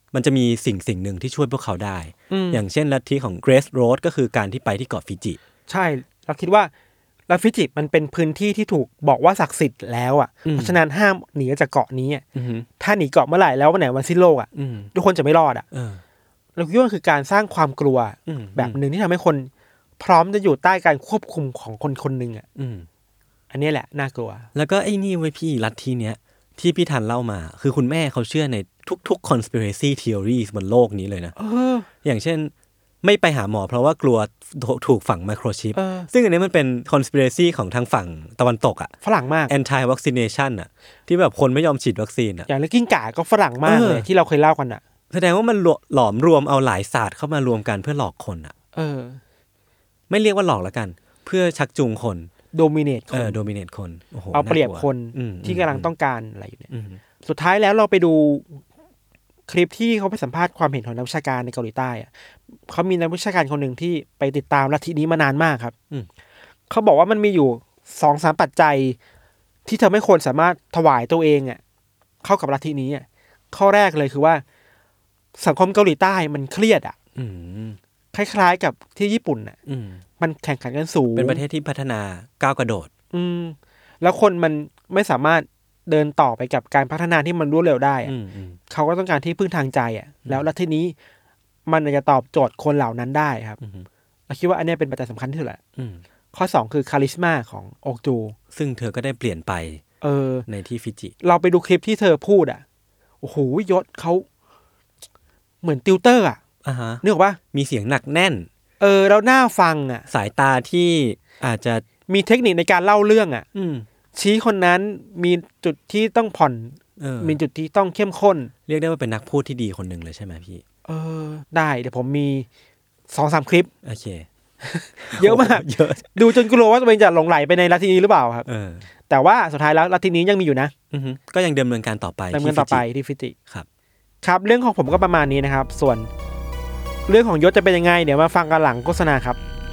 มันจะมีสิ่งหนึ่งที่ช่วยพวกเขาได้อย่างเช่นลัทธิของ Grace Road ก็คือการที่ไปที่เกาะฟิจิใช่เราคิดว่าลัทธิฟิจิมันเป็นพื้นที่ที่ถูกบอกว่าศักดิ์สิทธิ์แล้วอ่ะเพราะฉะนั้นห้ามหนีจากเกาะนี้ถ้าหนีเกาะเมื่อไหร่แล้ววันไหนวันสิ้นโลกอ่ะทุกคนจะไม่รอดอ่ะเราคิดว่ามันคือการสร้างความกลัวแบบนึงที่ทำให้คนพร้อมจะอยู่ใต้การควบคุมของคนคนนึงอ่ะอันนี้แหละน่ากลัวแล้วก็ไอ้นี่ไว้พี่ลัทธิเนี้ยที่พี่ทันเล่ามาคือคุณแม่เขาเชื่อในทุก conspiracy theories บนโลกนี้เลยนะอย่างเช่นไม่ไปหาหมอเพราะว่ากลัวถูกฝังไมโครชิปซึ่งอันนี้มันเป็น conspiracy ของทางฝั่งตะวันตกอ่ะฝรั่งมาก anti vaccination อ่ะที่แบบคนไม่ยอมฉีดวัคซีนอ่ะอย่างเรื่องกิ้งก่าก็ฝรั่งมากเลยที่เราเคยเล่ากันอ่ะแสดงว่ามันหลอมรวมเอาหลายศาสตร์เข้ามารวมกันเพื่อหลอกคนอ่ะไม่เรียกว่าหลอกแล้วกันเพื่อชักจูงคน dominate คน dominate คนโอ้โหเอาเปรียบคนที่กำลังต้องการอะไรอยู่เนี่ยสุดท้ายแล้วเราไปดูคลิปที่เขาไปสัมภาษณ์ความเห็นของนักวิชาการในเกาหลีใต้อ่ะเขามีนักวิชาการคนหนึ่งที่ไปติดตามลัทธินี้มานานมากครับเขาบอกว่ามันมีอยู่ 2-3 ปัจจัยที่ทำให้คนสามารถถวายตัวเองอ่ะเข้ากับลัทธินี้อ่ะข้อแรกเลยคือว่าสังคมเกาหลีใต้มันเครียดอ่ะคล้ายๆกับที่ญี่ปุ่นอ่ะมันแข่งขันกันสูงเป็นประเทศที่พัฒนาก้าวกระโดดแล้วคนมันไม่สามารถเดินต่อไปกับการพัฒนาที่มันรวดเร็วได้เขาก็ต้องการที่พึ่งทางใจอ่ะแล้วลัทธินี้มันจะตอบโจทย์คนเหล่านั้นได้ครับเราคิดว่าอันนี้เป็นปัจจัยสำคัญที่สุดแหละข้อ2คือคาริสมาของโอกจูซึ่งเธอก็ได้เปลี่ยนไปในที่ฟิจิเราไปดูคลิปที่เธอพูดอ่ะโอ้โหยศเขาเหมือนติวเตอร์อ่ะนึกออกปะมีเสียงหนักแน่นแล้วน่าฟังอ่ะสายตาที่อาจจะมีเทคนิคในการเล่าเรื่องอ่ะชี้คนนั้นมีจุดที่ต้องผ่อนมีจุดที่ต้องเข้มข้นเรียกได้ว่าเป็นนักพูดที่ดีคนหนึ่งเลยใช่ไหมพี่ได้เดี๋ยวผมมี 2-3 คลิปโอเคเยอะมากเยอะดูจนกลัวว่าตัวเองจะหลงไหลไปในลัทธินี้หรือเปล่าครับแต่ว่าสุดท้ายแล้วลัทธินี้ยังมีอยู่นะก็ยังดำเนินการต่อไปที่ฟิจิครับครับเรื่องของผมก็ประมาณนี้นะครับส่วนเรื่องของยศจะเป็นยังไงเดี๋ยวมาฟังกันหลังโฆษณาครับ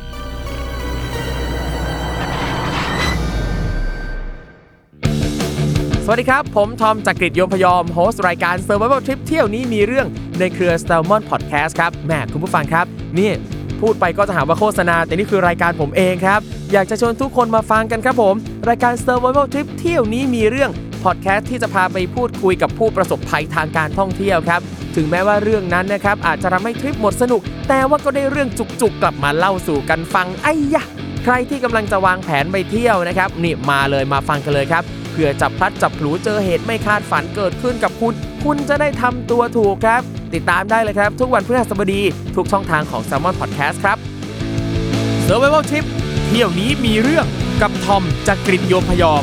สวัสดีครับผมทอมจากกฤษโยมพยอมโฮสต์รายการ Survival Trip เที่ยวนี้มีเรื่องในเครือ Salmon Podcast ครับแม่คุณผู้ฟังครับนี่พูดไปก็จะหาว่าโฆษณาแต่นี่คือรายการผมเองครับอยากจะชวนทุกคนมาฟังกันครับผมรายการ Survival Trip เที่ยวนี้มีเรื่องพอดแคสต์ที่จะพาไปพูดคุยกับผู้ประสบภัยทางการท่องเที่ยวครับถึงแม้ว่าเรื่องนั้นนะครับอาจจะทำให้ทริปหมดสนุกแต่ว่าก็ได้เรื่องจุกๆกลับมาเล่าสู่กันฟังไอ้ยะใครที่กำลังจะวางแผนไปเที่ยวนะครับนี่มาเลยมาฟังกันเลยครับเพื่อจับพลัดจับผลูเจอเหตุไม่คาดฝันเกิดขึ้นกับคุณจะได้ทำตัวถูกครับติดตามได้เลยครับทุกวันพฤหัสบดีทุกช่องทางของ Salmon Podcast ครับ Survival Trip เที่ยวนี้มีเรื่องกับทอมจากกฤษโยมพยอม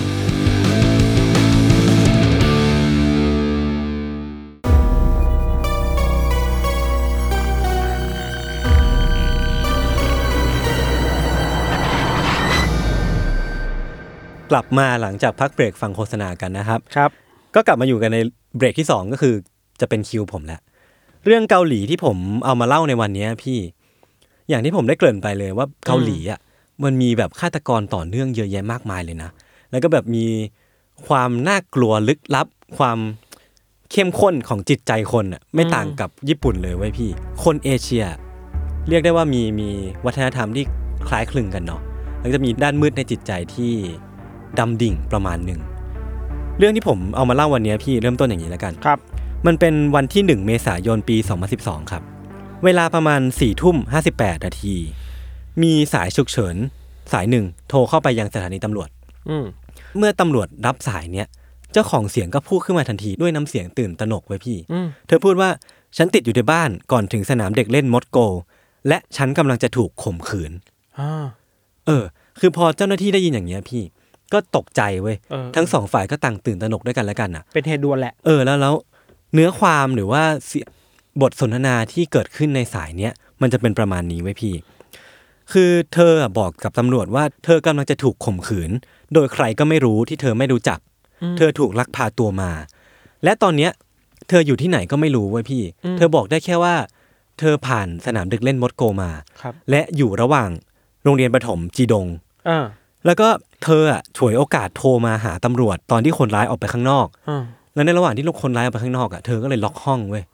กลับมาหลังจากพักเบรกฟังโฆษณากันนะครับครับก็กลับมาอยู่กันในเบรกที่2ก็คือจะเป็นคิวผมแล้วเรื่องเกาหลีที่ผมเอามาเล่าในวันนี้พี่อย่างที่ผมได้เกริ่นไปเลยว่าเกาหลีอ่ะมันมีแบบฆาตกรต่อเนื่องเยอะแยะมากมายเลยนะแล้วก็แบบมีความน่ากลัวลึกลับความเข้มข้นของจิตใจคนอ่ะไม่ต่างกับญี่ปุ่นเลยเว้ยพี่คนเอเชียเรียกได้ว่ามีวัฒนธรรมที่คล้ายคลึงกันเนาะแล้วจะมีด้านมืดในจิตใจที่ดำดิ่งประมาณหนึ่งเรื่องที่ผมเอามาเล่าวันนี้พี่เริ่มต้นอย่างนี้แล้วกันครับมันเป็นวันที่1เมษายนปี2012ครับเวลาประมาณ 4:58 นาทีมีสายฉุกเฉินสายหนึ่งโทรเข้าไปยังสถานีตำรวจเมื่อตำรวจรับสายเนี้ยเจ้าของเสียงก็พูดขึ้นมาทันทีด้วยน้ำเสียงตื่นตระหนกไว้พี่เธอพูดว่าฉันติดอยู่ในบ้านก่อนถึงสนามเด็กเล่นมดโกและฉันกำลังจะถูกข่มขืนคือพอเจ้าหน้าที่ได้ยินอย่างเงี้ยพี่ก็ตกใจเว้ยทั้งสองฝ่ายก็ต่างตื่นตระหนกด้วยกันแล้วกันน่ะเป็นเหตุด่วนแหละแล้วเนื้อความหรือว่าบทสนทนาที่เกิดขึ้นในสายเนี้ยมันจะเป็นประมาณนี้ไว้พี่คือเธอบอกกับตำรวจว่าเธอกำลังจะถูกข่มขืนโดยใครก็ไม่รู้ที่เธอไม่รู้จักเธอถูกลักพาตัวมาและตอนเนี้ยเธออยู่ที่ไหนก็ไม่รู้เว้ยพี่เธอบอกได้แค่ว่าเธอผ่านสนามเด็กเล่นมดโกมาและอยู่ระหว่างโรงเรียนประถมจีดงแล้วก็เธอฉวยโอกาสโทรมาหาตำรวจตอนที่คนร้ายออกไปข้างนอกแล้วในระหว่างที่คนร้ายออกไปข้างนอกเธอก็เลยล็อกห้องเว้ย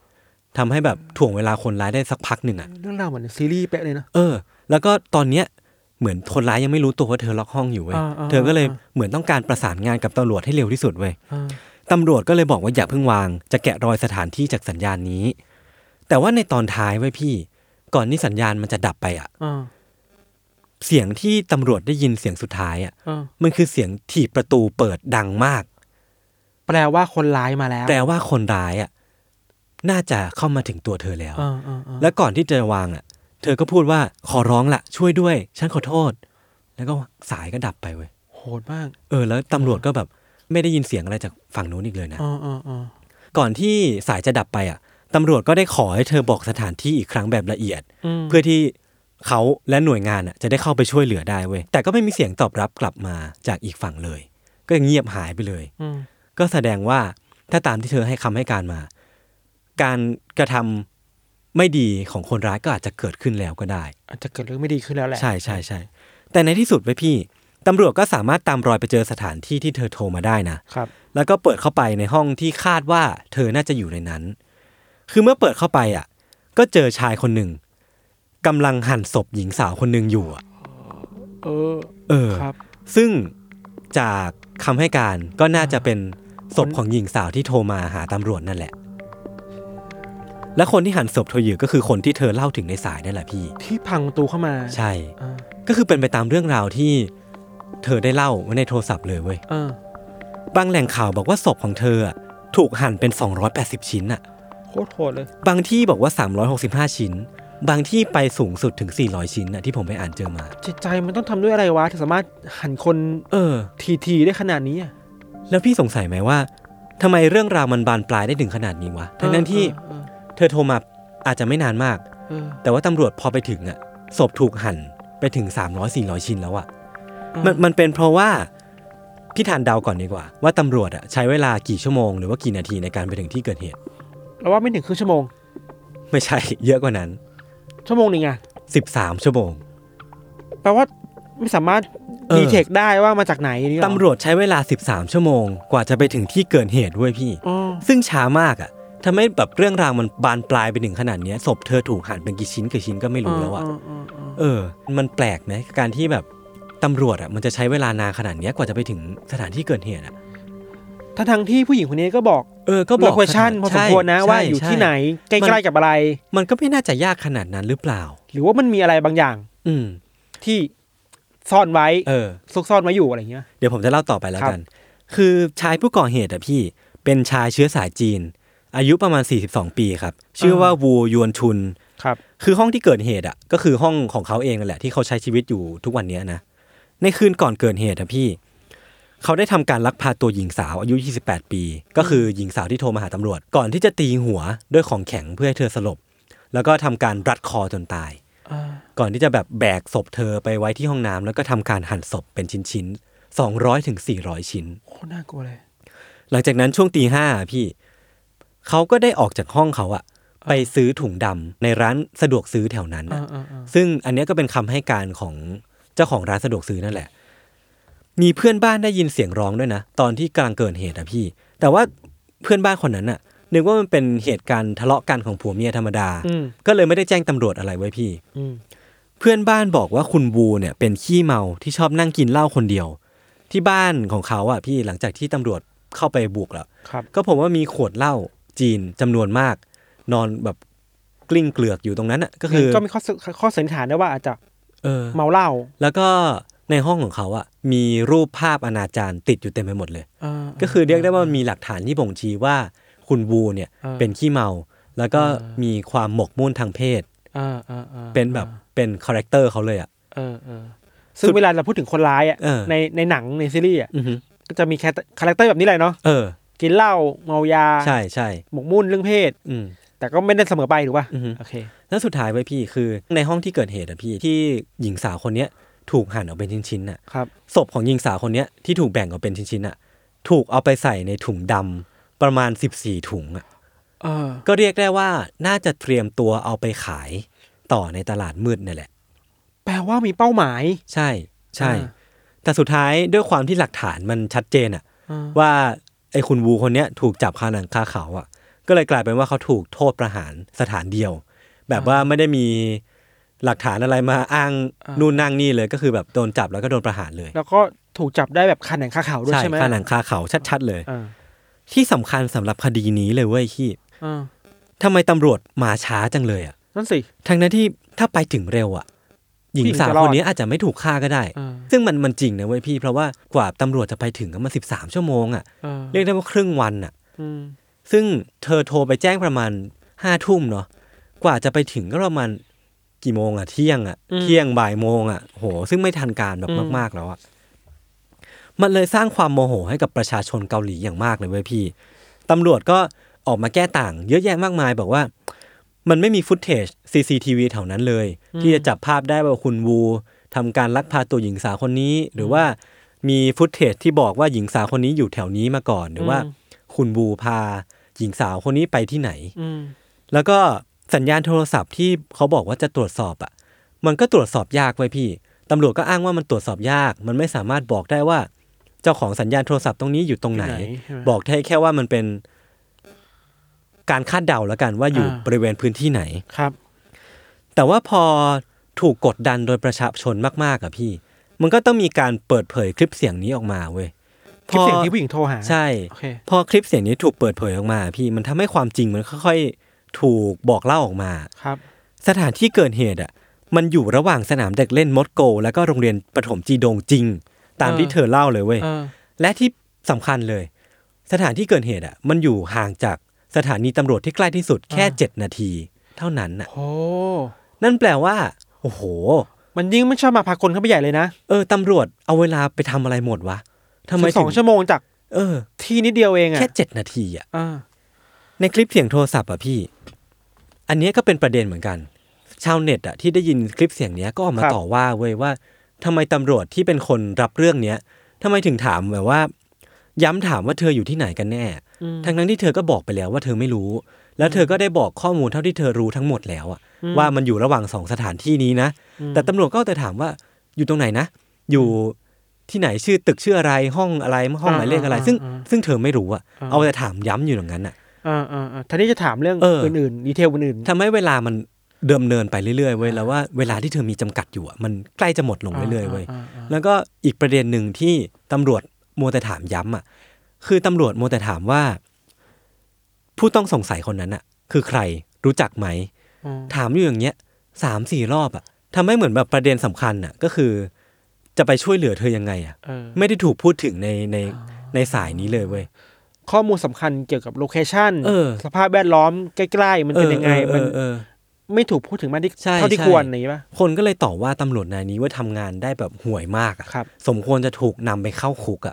ทำให้แบบถ่วงเวลาคนร้ายได้สักพักหนึ่งอ่ะเรื่องราวเหมือนซีรีส์เป๊ะเลยนะแล้วก็ตอนเนี้ยเหมือนคนร้ายยังไม่รู้ตัวว่าเธอล็อกห้องอยู่เว้ยเธอก็เลยเหมือนต้องการประสานงานกับตำรวจให้เร็วที่สุดเว้ยตำรวจก็เลยบอกว่าอย่าเพิ่งวางจะแกะรอยสถานที่จากสัญญาณนี้แต่ว่าในตอนท้ายเว้ยพี่ก่อนที่สัญญาณมันจะดับไปอ่ะเสียงที่ตำรวจได้ยินเสียงสุดท้ายอ่ะมันคือเสียงถีบประตูเปิดดังมากแปลว่าคนร้ายมาแล้วแปลว่าคนร้ายอ่ะน่าจะเข้ามาถึงตัวเธอแล้วแล้วก่อนที่จะวางอ่ะเธอก็พูดว่าขอร้องละช่วยด้วยฉันขอโทษแล้วก็สายก็ดับไปเว้ยโหดมากแล้วตำรวจก็แบบไม่ได้ยินเสียงอะไรจากฝั่งนู้นอีกเลยนะก่อนที่สายจะดับไปอ่ะตำรวจก็ได้ขอให้เธอบอกสถานที่อีกครั้งแบบละเอียดเพื่อที่เขาและหน่วยงานอ่ะจะได้เข้าไปช่วยเหลือได้เว้ยแต่ก็ไม่มีเสียงตอบรับกลับมาจากอีกฝั่งเลยก็เงียบหายไปเลยก็แสดงว่าถ้าตามที่เธอให้คำให้การมาการกระทำไม่ดีของคนร้ายก็อาจจะเกิดขึ้นแล้วก็ได้อาจจะเกิดเรื่องไม่ดีขึ้นแล้วแหละใช่ใช่ใช่แต่ในที่สุดไปพี่ตำรวจก็สามารถตามรอยไปเจอสถานที่ที่เธอโทรมาได้นะครับแล้วก็เปิดเข้าไปในห้องที่คาดว่าเธอน่าจะอยู่ในนั้นคือเมื่อเปิดเข้าไปอ่ะก็เจอชายคนหนึ่งกำลังหั่นศพหญิงสาวคนหนึ่งอยู่อ่ะครับซึ่งจากคำให้การก็น่าจะเป็นศพของหญิงสาวที่โทรมาหาตำรวจนั่นแหละและคนที่หั่นศพเธออยู่ก็คือคนที่เธอเล่าถึงในสายนั่นแหละพี่ที่พังประตูเข้ามาใช่ก็คือเป็นไปตามเรื่องราวที่เธอได้เล่าไว้ในโทรศัพท์เลยเว้ยบางแหล่งข่าวบอกว่าศพของเธอถูกหั่นเป็น280ชิ้นอ่ะโคตรโหดเลยบางที่บอกว่า365ชิ้นบางที่ไปสูงสุดถึง400ชิ้นน่ะที่ผมไปอ่านเจอมาจิตใจมันต้องทำด้วยอะไรวะถึงสามารถหั่นคนทีได้ขนาดนี้อ่ะแล้วพี่สงสัยไหมว่าทำไมเรื่องราวมันบานปลายได้ถึงขนาดนี้วะทั้งที่เธอโทรมาอาจจะไม่นานมากแต่ว่าตำรวจพอไปถึงศพถูกหั่นไปถึง300-400ชิ้นแล้วมันเป็นเพราะว่าพี่ทานเดาก่อนดีกว่าว่าตำรวจใช้เวลากี่ชั่วโมงหรือว่ากี่นาทีในการไปถึงที่เกิดเหตุเราว่าไม่ถึงครึ่งชั่วโมงไม่ใช่เยอะกว่านั้นชั่วโมงนึง 13ชั่วโมงแปลว่าไม่สามารถดีเทคได้ว่ามาจากไหนนี่ตำรวจใช้เวลา13ชั่วโมงกว่าจะไปถึงที่เกิดเหตุด้วยพี่ซึ่งช้ามากทำให้แบบเรื่องราวมันบานปลายไปถึงขนาดนี้ศพเธอถูกหั่นเป็นกี่ชิ้นก็ไม่รู้แล้วมันแปลกไหมการที่แบบตำรวจมันจะใช้เวลานานขนาดนี้กว่าจะไปถึงสถานที่เกิดเหตุทั้งที่ผู้หญิงคนนี้ก็บอกก็บอก question พอสมควรนะว่าอยู่ที่ไหนใกล้ๆกับอะไรมันก็ไม่น่าจะยากขนาดนั้นหรือเปล่าหรือว่ามันมีอะไรบางอย่างที่ซ่อนไว้ซุกซ่อนไว้อยู่อะไรเงี้ยเดี๋ยวผมจะเล่าต่อไปแล้วกันคือชายผู้ก่อเหตุพี่เป็นชายเชื้อสายจีนอายุประมาณ42ปีครับชื่อว่าวูยวนชุนครับคือห้องที่เกิดเหตุก็คือห้องของเขาเองนั่นแหละที่เขาใช้ชีวิตอยู่ทุกวันนี้นะในคืนก่อนเกิดเหตุพี่เขาได้ทำการลักพาตัวหญิงสาวอายุ28ปีก็คือหญิงสาวที่โทรมาหาตำรวจก่อนที่จะตีหัวด้วยของแข็งเพื่อให้เธอสลบแล้วก็ทำการรัดคอจนตายก่อนที่จะแบบแบกศพเธอไปไว้ที่ห้องน้ำแล้วก็ทำการหั่นศพเป็นชิ้นๆ200-400ชิ้นโคตรน่ากลัวเลยหลังจากนั้นช่วงตี 5พี่เขาก็ได้ออกจากห้องเขาไปซื้อถุงดำในร้านสะดวกซื้อแถวนั้นซึ่งอันนี้ก็เป็นคำให้การของเจ้าของร้านสะดวกซื้อนั่นแหละมีเพื่อนบ้านได้ยินเสียงร้องด้วยนะตอนที่กำลังเกิดเหตุพี่แต่ว่าเพื่อนบ้านคนนั้นนึกว่ามันเป็นเหตุการณ์ทะเลาะกันของผัวเมียธรรมดาก็เลยไม่ได้แจ้งตำรวจอะไรไว้พี่เพื่อนบ้านบอกว่าคุณบูเนี่ยเป็นขี้เมาที่ชอบนั่งกินเหล้าคนเดียวที่บ้านของเขาพี่หลังจากที่ตำรวจเข้าไปบุกแล้วก็ผมว่ามีขวดเหล้าจีนจำนวนมากนอนแบบกลิ้งเกลือกอยู่ตรงนั้นก็คือก็มีข้อสันนิษฐานได้ว่าอาจจะเมาเหล้าแล้วก็ในห้องของเขามีรูปภาพอนาจารติดอยู่เต็มไปหมดเลยก็คือเรียกได้ว่ามีหลักฐานที่บ่งชี้ว่าคุณบูเนี่ยเป็นขี้เมาแล้วก็มีความหมกมุ่นทางเพศเป็นแบบเป็นคาแรคเตอร์เขาเลยซึ่งเวลาเราพูดถึงคนร้ายในหนังในซีรีส์ก็จะมีคาแรคเตอร์แบบนี้แหละเนาะกินเหล้าเมายาใช่ใช่หมกมุ่นเรื่องเพศแต่ก็ไม่ได้เสมอไปถูกป่ะโอเคแล้วสุดท้ายไว้พี่คือในห้องที่เกิดเหตุพี่ที่หญิงสาวคนนี้ถูกหั่นออกเป็นชิ้นๆศพของหญิงสาวคนนี้ที่ถูกแบ่งออกเป็นชิ้นๆถูกเอาไปใส่ในถุงดำประมาณ14ถุงก็เรียกได้ว่าน่าจะเตรียมตัวเอาไปขายต่อในตลาดมืดนี่แหละแปลว่ามีเป้าหมายใช่ใช่แต่สุดท้ายด้วยความที่หลักฐานมันชัดเจนว่าไอ้คุณวูคนนี้ถูกจับคาหนังคาเขาก็เลยกลายเป็นว่าเขาถูกโทษประหารสถานเดียวแบบว่าไม่ได้มีหลักฐานอะไรมาอ้างนู่นนั่งนี่เลยก็คือแบบโดนจับแล้วก็โดนประหารเลยแล้วก็ถูกจับได้แบบคาหนังคาเขาด้วยใช่ไหมคาหนังคาเขาชัดๆเลยที่สำคัญสำหรับคดีนี้เลยเว้ยขี้ทำไมตำรวจมาช้าจังเลยอ่ะนั่นสิทั้งนั้นที่ถ้าไปถึงเร็วอ่ะหญิงสาวคนนี้อาจจะไม่ถูกฆ่าก็ได้ซึ่งมันจริงนะเว้ยพี่เพราะว่ากว่าตำรวจจะไปถึงก็มา13 ชั่วโมงอ่ะเรียกได้ว่าครึ่งวันอ่ะซึ่งเธอโทรไปแจ้งประมาณ5 ทุ่มเนาะกว่าจะไปถึงก็ประมาณกี่โมงอ่ะเที่ยงบ่ายโมงอ่ะโหซึ่งไม่ทันการแบบมากๆแล้วอ่ะมันเลยสร้างความโมโหให้กับประชาชนเกาหลีอย่างมากเลยเว้ยพี่ตำรวจก็ออกมาแก้ต่างเยอะแยะมากมายบอกว่ามันไม่มีฟุตเทจ CCTV แถวนั้นเลยที่จะจับภาพได้ว่าคุณวูทำการลักพาตัวหญิงสาวคนนี้หรือว่ามีฟุตเทจที่บอกว่าหญิงสาวคนนี้อยู่แถวนี้มาก่อนหรือว่าคุณวูพาหญิงสาวคนนี้ไปที่ไหนแล้วก็สัญญาณโทรศัพท์ที่เขาบอกว่าจะตรวจสอบอ่ะมันก็ตรวจสอบยากไว้พี่ตำรวจก็อ้างว่ามันตรวจสอบยากมันไม่สามารถบอกได้ว่าเจ้าของสัญญาณโทรศัพท์ตรงนี้อยู่ตรงไหนบอกได้แค่ว่ามันเป็นการคาดเดาแล้วกันว่าอยู่บริเวณพื้นที่ไหนครับแต่ว่าพอถูกกดดันโดยประชาชนมากๆอ่ะพี่มันก็ต้องมีการเปิดเผยคลิปเสียงนี้ออกมาเว้ยคลิปเสียงที่ผู้หญิงโทรหาใช่พอคลิปเสียงนี้ถูกเปิดเผยออกมาพี่มันทำให้ความจริงมันค่อยๆถูกบอกเล่าออกมาครับสถานที่เกิดเหตุอ่ะมันอยู่ระหว่างสนามเด็กเล่นมอสโกแล้วก็โรงเรียนประถมจีดงจริงตามที่เธอเล่าเลยเว้ยและที่สำคัญเลยสถานที่เกิดเหตุอ่ะมันอยู่ห่างจากสถานีตำรวจที่ใกล้ที่สุดแค่7 นาทีเท่านั้นน่ะโอ้นั่นแปลว่าโอ้โหมันยิ่งไม่ชอบมาพากลเข้าไปใหญ่เลยนะตำรวจเอาเวลาไปทำอะไรหมดวะทำไม2 ชั่วโมงจากที่นิดเดียวเองอ่ะแค่7 นาทีอ่ะในคลิปเสียงโทรศัพท์อ่ะพี่อันนี้ก็เป็นประเด็นเหมือนกันชาวเน็ตอ่ะที่ได้ยินคลิปเสียงนี้ก็ออกมาต่อว่าเว้ยว่าทำไมตำรวจที่เป็นคนรับเรื่องเนี้ยทำไมถึงถามแบบว่าย้ำถามว่าเธออยู่ที่ไหนกันแน่ทั้งที่เธอก็บอกไปแล้วว่าเธอไม่รู้แล้วเธอก็ได้บอกข้อมูลเท่าที่เธอรู้ทั้งหมดแล้วอะว่ามันอยู่ระหว่าง2 สถานที่นี้นะแต่ตำรวจก็จะถามว่าอยู่ตรงไหนนะอยู่ที่ไหนชื่อตึกชื่ออะไรห้องอะไรห้องหมายเลขอะไรซึ่งเธอไม่รู้อะเอาแต่ถามย้ำอยู่อย่างนั้นอะท่านี้จะถามเรื่องอื่นๆดีเทลอื่นๆทำให้เวลามันเดิมเนินไปเรื่อยๆเว้ยแล้วว่าเวลาที่เธอมีจำกัดอยู่อะมันใกล้จะหมดลงเรื่อยๆเว้ยแล้วก็อีกประเด็นหนึ่งที่ตำรวจมัวแต่ถามย้ำอะคือตำรวจมัวแต่ถามว่าผู้ต้องสงสัยคนนั้นอะคือใครรู้จักไหมถามอยู่อย่างเงี้ย3-4 รอบอะทำให้เหมือนแบบประเด็นสำคัญอะก็คือจะไปช่วยเหลือเธอยังไงอะไม่ได้ถูกพูดถึงในสายนี้เลยเว้ยข้อมูลสำคัญเกี่ยวกับโลเคชั่นสภาพแวดล้อมใกล้ๆมันเป็นยังไงมันไม่ถูกพูดถึงมากที่เท่าที่ควรนี่ป่ะคนก็เลยต่อว่าตำรวจนายนี้ว่าทำงานได้แบบห่วยมากอะสมควรจะถูกนำไปเข้าคุกอะ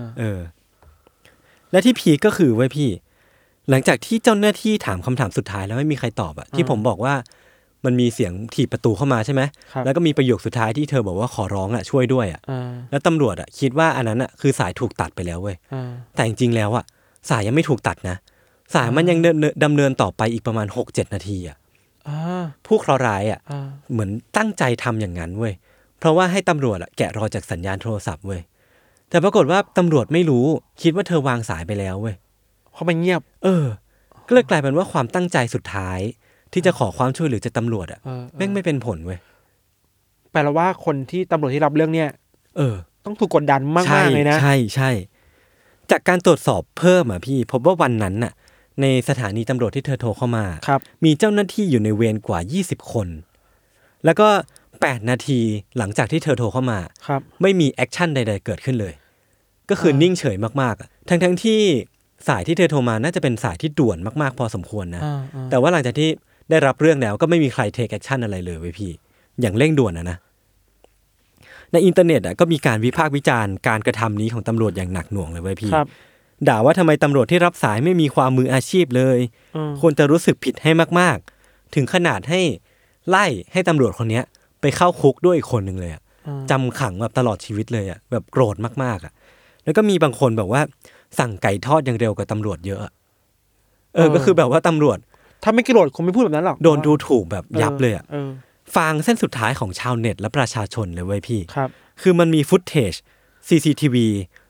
และที่พีคก็คือเว้ยพี่หลังจากที่เจ้าหน้าที่ถามคำถามสุดท้ายแล้วไม่มีใครตอบอะที่ผมบอกว่ามันมีเสียงถีบประตูเข้ามาใช่ไหมแล้วก็มีประโยคสุดท้ายที่เธอบอกว่าขอร้องอะช่วยด้วยอะแล้วตำรวจอะคิดว่าอันนั้นอะคือสายถูกตัดไปแล้วเว้ยแต่จริงๆแล้วอะสายยังไม่ถูกตัดนะสายมันยังดำเนินต่อไปอีกประมาณ 6-7 นาทีอะผู้เคราะห์ร้ายอะเหมือนตั้งใจทำอย่างนั้นเว้ยเพราะว่าให้ตำรวจอะแกะรอยจากสัญญาณโทรศัพท์เว้ยแต่ปรากฏว่าตำรวจไม่รู้คิดว่าเธอวางสายไปแล้วเว้ยเพราะมันเงียบก็เลยกลายเป็นว่าความตั้งใจสุดท้ายที่จะขอความช่วยเหลือจากตำรวจอ่ะแม่งไม่เป็นผลเว้ยแปลว่าคนที่ตำรวจที่รับเรื่องเนี้ยต้องถูกกดดันมากๆเลยนะใช่จากการตรวจสอบเพิ่มอ่ะพี่พบว่าวันนั้นน่ะในสถานีตำรวจที่เธอโทรเข้ามามีเจ้าหน้าที่อยู่ในเวรกว่า20 คนแล้วก็8 นาทีหลังจากที่เธอโทรเข้ามาไม่มีแอคชั่นใดๆเกิดขึ้นเลยก็คือนิ่งเฉยมากๆทั้งที่สายที่เธอโทรมาน่าจะเป็นสายที่ด่วนมากๆพอสมควรนะแต่ว่าหลังจากที่ได้รับเรื่องแล้วก็ไม่มีใครเทคแอคชั่นอะไรเลยเว้ยพี่อย่างเร่งด่วนนะในอินเทอร์เน็ตก็มีการวิพากษ์วิจารณ์การกระทำนี้ของตำรวจอย่างหนักหน่วงเลยเว้ยพี่ด่าว่าทำไมตำรวจที่รับสายไม่มีความมืออาชีพเลยควรจะรู้สึกผิดให้มากๆถึงขนาดให้ไล่ให้ตำรวจคนนี้ไปเข้าคุกด้วยอีกคนนึงเลยจำขังแบบตลอดชีวิตเลยแบบโกรธมากๆแล้วก็มีบางคนแบบว่าสั่งไก่ทอดอย่างเร็วกว่าตำรวจเยอะก็คือแบบว่าตำรวจถ้าไม่โกรธคงไม่พูดแบบนั้นหรอกโดนดูถูกแบบยับเลยฟางเส้นสุดท้ายของชาวเน็ตและประชาชนเลยเว้ยพี่คือมันมีฟุตเทจ CCTV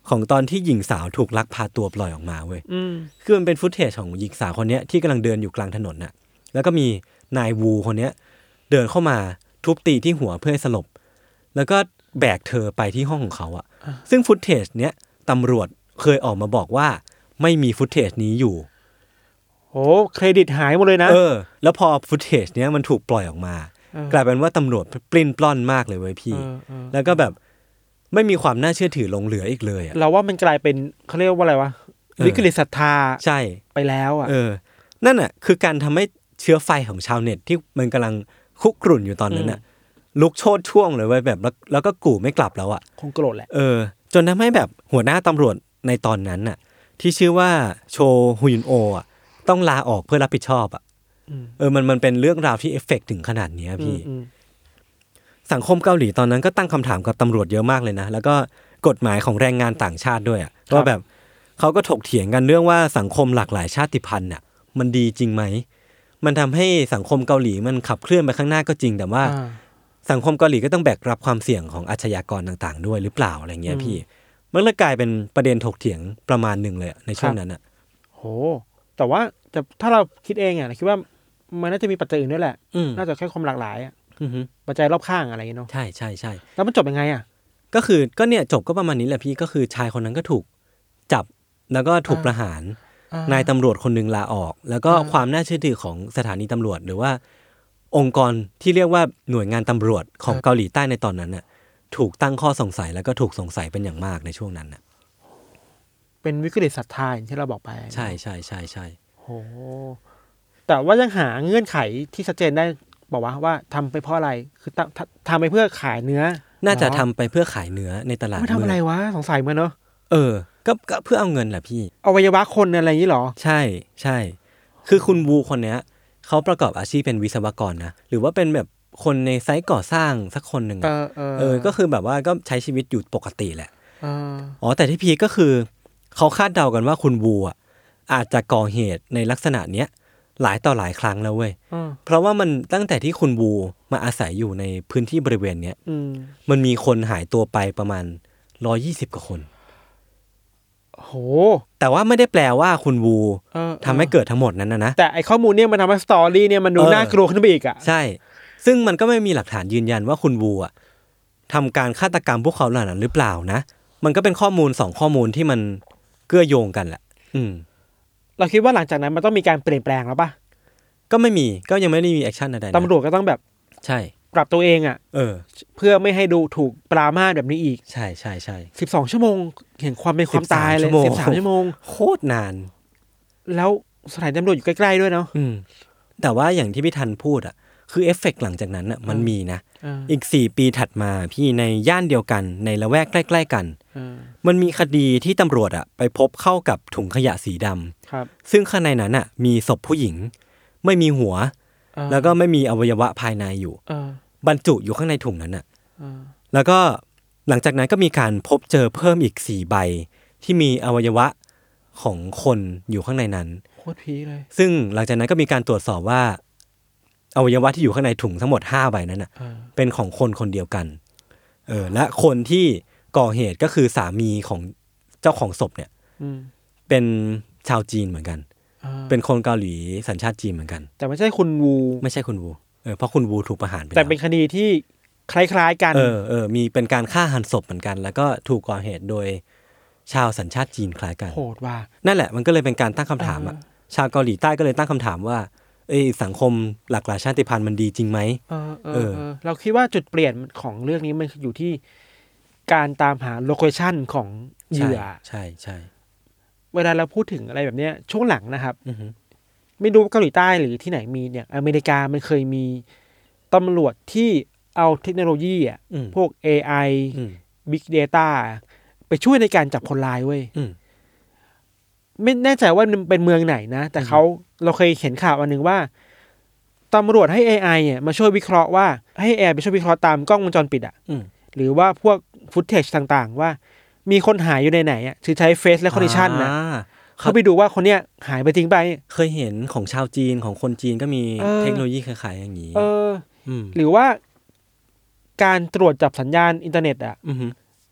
ของตอนที่หญิงสาวถูกลักพาตัวปล่อยออกมาเว้ยคือมันเป็นฟุตเทจของหญิงสาวคนนี้ที่กำลังเดินอยู่กลางถนนน่ะแล้วก็มีนายวูคนนี้เดินเข้ามาทุบตีที่หัวเพื่อให้สลบแล้วก็แบกเธอไปที่ห้องของเขาอ่ะซึ่งฟุตเทจเนี้ยตำรวจเคยออกมาบอกว่าไม่มีฟุตเทจนี้อยู่โอ้เครดิตหายหมดเลยนะแล้วพอฟุตเทจเนี้ยมันถูกปล่อยออกมากลายเป็นว่าตำรวจปลิ้นปล้อนมากเลยเว้ยพี่แล้วก็แบบไม่มีความน่าเชื่อถือลงเหลืออีกเลยอ่ะเราว่ามันกลายเป็นเขาเรียกว่าอะไรวะวิกฤตศรัทธาใช่ไปแล้วอ่ะนั่นอ่ะคือการทำให้เชื้อไฟของชาวเน็ตที่มันกำลังคุกรุ่นอยู่ตอนนั้นน่ะลุกโชนช่วงเลยเว้ยแบบแล้วก็กู่ไม่กลับแล้วอ่ะคงโกรธแหละจนทำให้แบบหัวหน้าตำรวจในตอนนั้นน่ะที่ชื่อว่าโชฮุยุนโออ่ะต้องลาออกเพื่อรับผิดชอบอ่ะมันเป็นเรื่องราวที่เอฟเฟกต์ถึงขนาดนี้พี่สังคมเกาหลีตอนนั้นก็ตั้งคำถามกับตำรวจเยอะมากเลยนะแล้วก็กฎหมายของแรงงานต่างชาติด้วยอ่ะว่าแบบเขาก็ถกเถียงกันเรื่องว่าสังคมหลากหลายชาติพันธุ์น่ะมันดีจริงไหมมันทำให้สังคมเกาหลีมันขับเคลื่อนไปข้างหน้าก็จริงแต่ว่าสังคมเกาหลีก็ต้องแบกรับความเสี่ยงของอาชญากรต่างๆด้วยหรือเปล่าอะไรเงี้ยพี่มันเลยกลายเป็นประเด็นถกเถียงประมาณนึงเลยในช่วงนั้นอ่ะโหแต่ว่าถ้าเราคิดเองอ่ะคิดว่ามันน่าจะมีปัจจัยอื่นด้วยแหละน่าจะแค่ความหลากหลายอ่ะปัจจัยรอบข้างอะไรเนาะใช่ใช่ใช่แล้วมันจบยังไงอ่ะก็เนี่ยจบก็ประมาณนี้แหละพี่ก็คือชายคนนั้นก็ถูกจับแล้วก็ถูกประหารนายตำรวจคนนึงลาออกแล้วก็ความน่าเชื่อถือของสถานีตำรวจหรือว่าองค์กรที่เรียกว่าหน่วยงานตำรวจของเกาหลีใต้ในตอนนั้นน่ะถูกตั้งข้อสงสัยแล้วก็ถูกสงสัยเป็นอย่างมากในช่วงนั้นน่ะเป็นวิกฤตศรัทธาอย่างที่เราบอกไปใช่ใช่ใช่ใช่โหแต่ว่ายังหาเงื่อนไขที่ชัดเจนได้บอกว่าทำไปเพราะอะไรคือทำไปเพื่อขายเนื้อน่าจะทำไปเพื่อขายเนื้อในตลาดไม่ทำอะไรวะสงสัยมันเนาะก็เพื่อเอาเงินแหละพี่อวัยวะคนอะไรอย่างนี้หรอใช่ใช่คือคุณวูคนเนี้ยเขาประกอบอาชีพเป็นวิศวกรนะหรือว่าเป็นแบบคนในไซต์ก่อสร้างสักคนหนึ่งก็คือแบบว่าก็ใช้ชีวิตอยู่ปกติแหละแต่ที่พีก็คือเขาคาดเดากันว่าคุณวูอ่ะอาจจะก่อเหตุในลักษณะเนี้ยหลายต่อหลายครั้งแล้วเว้ยเพราะว่ามันตั้งแต่ที่คุณวูมาอาศัยอยู่ในพื้นที่บริเวณเนี้ยมันมีคนหายตัวไปประมาณ120กว่าคนโหแต่ว่าไม่ได้แปลว่าคุณวูทำให้เกิดทั้งหมดนั้นนะแต่ไอข้อมูลเนี่ยมันทำให้สตอรี่เนี่ยมันดูน่ากลัวขึ้นไปอีกอ่ะใช่ซึ่งมันก็ไม่มีหลักฐานยืนยันว่าคุณวูอ่ะทำการฆาตกรรมพวกเขาเหล่านั้นหรือเปล่านะมันก็เป็นข้อมูล2ข้อมูลที่มันเกื้อโยงกันแหละเราคิดว่าหลังจากนั้นมันต้องมีการเปลี่ยนแปลงแล้วป่ะก็ไม่มีก็ยังไม่ได้มีแอคชั่นอะไรตำรวจก็ต้องแบบใช่ปรับตัวเองอ่ะเพื่อไม่ให้ดูถูกปรามาสแบบนี้อีกใช่ใช่ใช่ 12ชั่วโมงเห็นความเป็นความตายเลย13ชั่วโมงโคตรนานแล้วสถานีตำรวจอยู่ใกล้ๆด้วยเนาะแต่ว่าอย่างที่พี่ทันพูดอ่ะคือเอฟเฟกต์หลังจากนั้นอ่ะมันมีนะอีก4ปีถัดมาพี่ในย่านเดียวกันในละแวกใกล้ๆกันมันมีคดีที่ตำรวจอ่ะไปพบเข้ากับถุงขยะสีดำซึ่งข้างในนั้นอ่ะมีศพผู้หญิงไม่มีหัวแล้วก็ไม่มีอวัยวะภายในอยู่บรรจุอยู่ข้างในถุงนั้นน่ะแล้วก็หลังจากนั้นก็มีการพบเจอเพิ่มอีก4ใบที่มีอวัยวะของคนอยู่ข้างในนั้นโคตรพีเลยซึ่งหลังจากนั้นก็มีการตรวจสอบว่าอวัยวะที่อยู่ข้างในถุงทั้งหมด5ใบนั้นน่ะเป็นของคนคนเดียวกันและคนที่ก่อเหตุก็คือสามีของเจ้าของศพเนี่ยเป็นชาวจีนเหมือนกันเป็นคนเกาหลีสัญชาติจีนเหมือนกันแต่ไม่ใช่คุณวูไม่ใช่คุณวูเพราะคุณวูถูกประหารไปแต่เป็นคดีที่คล้ายๆกันมีเป็นการฆ่าหันศพเหมือนกันแล้วก็ถูกก่อเหตุโดยชาวสัญชาติจีนคล้ายกันโหดว่ะนั่นแหละมันก็เลยเป็นการตั้งคำถามชาวเกาหลีใต้ก็เลยตั้งคำถามว่าสังคมหลากหลายชาติพันธุ์มันดีจริงไหมเราคิดว่าจุดเปลี่ยนของเรื่องนี้มันอยู่ที่การตามหาโลเคชั่นของเหยื่อใช่ใช่เวลาเราพูดถึงอะไรแบบนี้ช่วงหลังนะครับไม่รู้เกาหลีใต้หรือที่ไหนมีเนี่ยอเมริกามันเคยมีตำรวจที่เอาเทคโนโลยีพวก AI Big Data ไปช่วยในการจับคนร้ายเว้ยไม่แน่ใจว่าเป็นเมืองไหนนะแต่เราเคยเห็นข่าวอันนึงว่าตำรวจให้ AI เนี่ยมาช่วยวิเคราะห์ว่าให้ AI ไปช่วยวิเคราะห์ตามกล้องวงจรปิดหรือว่าพวกฟุตเทจต่างๆว่ามีคนหายอยู่ในไหนคือใช้ Face Recognition นะเขาไปดูว่าคนเนี้ยหายไปจริงไปเคยเห็นของชาวจีนของคนจีนก็มีเทคโนโลยีคล้ายๆอย่างนี้หรือว่าการตรวจจับสัญญาณอินเทอร์เน็ตว่า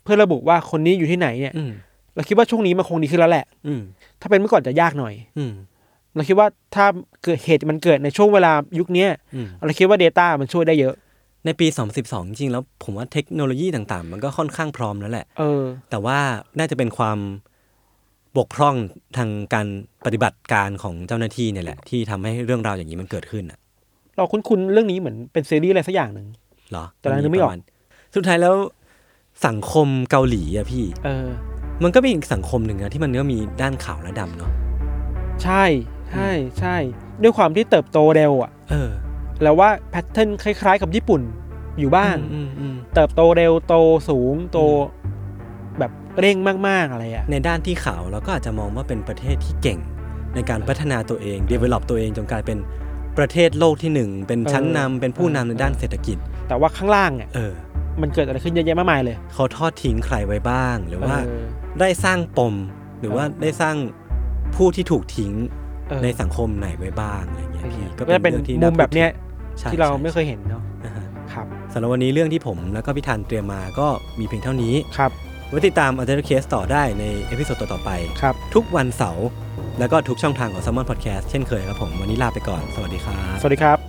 เพื่อระบุว่าคนนี้อยู่ที่ไหนเนี่ยเราคิดว่าช่วงนี้มันคงดีขึ้นแล้วแหละถ้าเป็นเมื่อก่อนจะยากหน่อยเราคิดว่าถ้าเกิดเหตุมันเกิดในช่วงเวลายุคนี้เราคิดว่า Data มันช่วยได้เยอะในปี2012จริงๆแล้วผมว่าเทคโนโลยีต่างๆมันก็ค่อนข้างพร้อมแล้วแหละแต่ว่าน่าจะเป็นความบกพร่องทางการปฏิบัติการของเจ้าหน้าที่เนี่ยแหละที่ทำให้เรื่องราวอย่างนี้มันเกิดขึ้นอ่ะเราคุ้นๆเรื่องนี้เหมือนเป็นซีรีส์อะไรสักอย่างนึงเหรอแต่เรานึกไม่ออกสุดท้ายแล้วสังคมเกาหลีอ่ะพี่มันก็เป็นอีกสังคมหนึ่งนะที่มันก็มีด้านขาวและดำเนาะใช่ใช่ใช่ด้วยความที่เติบโตเร็วอ่ะแล้วว่าแพทเทิร์นคล้ายๆกับญี่ปุ่นอยู่บ้างเติบโตเร็วโตสูงโตแบบเร่งมากๆอะไรอ่ะในด้านที่ขาวเราก็อาจจะมองว่าเป็นประเทศที่เก่งในการพัฒนาตัวเอง develop ตัวเองจนกลายเป็นประเทศโลกที่1เป็นชั้นนำเป็นผู้นำในด้านเศรษฐกิจแต่ว่าข้างล่างเนี่ยมันเกิดอะไรขึ้นเยอะแยะมากมายเลยเขาทอดทิ้งใครไว้บ้างหรือว่าได้สร้างปมหรือว่าได้สร้างผู้ที่ถูกทิ้งในสังคมไหนไว้บ้างอะไรเงี้ยพี่ก็เป็นเรื่องที่มุมแบบเนี้ยที่เราไม่เคยเห็นเนาะครับสำหรับวันนี้เรื่องที่ผมแล้วก็พี่ธันเตรียมมาก็มีเพียงเท่านี้ครับไว้ติดตาม Alternative Case ต่อได้ในเอพิโซดต่อๆไปทุกวันเสาร์แล้วก็ทุกช่องทางของ Salmon Podcast เช่นเคยครับผมวันนี้ลาไปก่อนสวัสดีครับสวัสดีครับ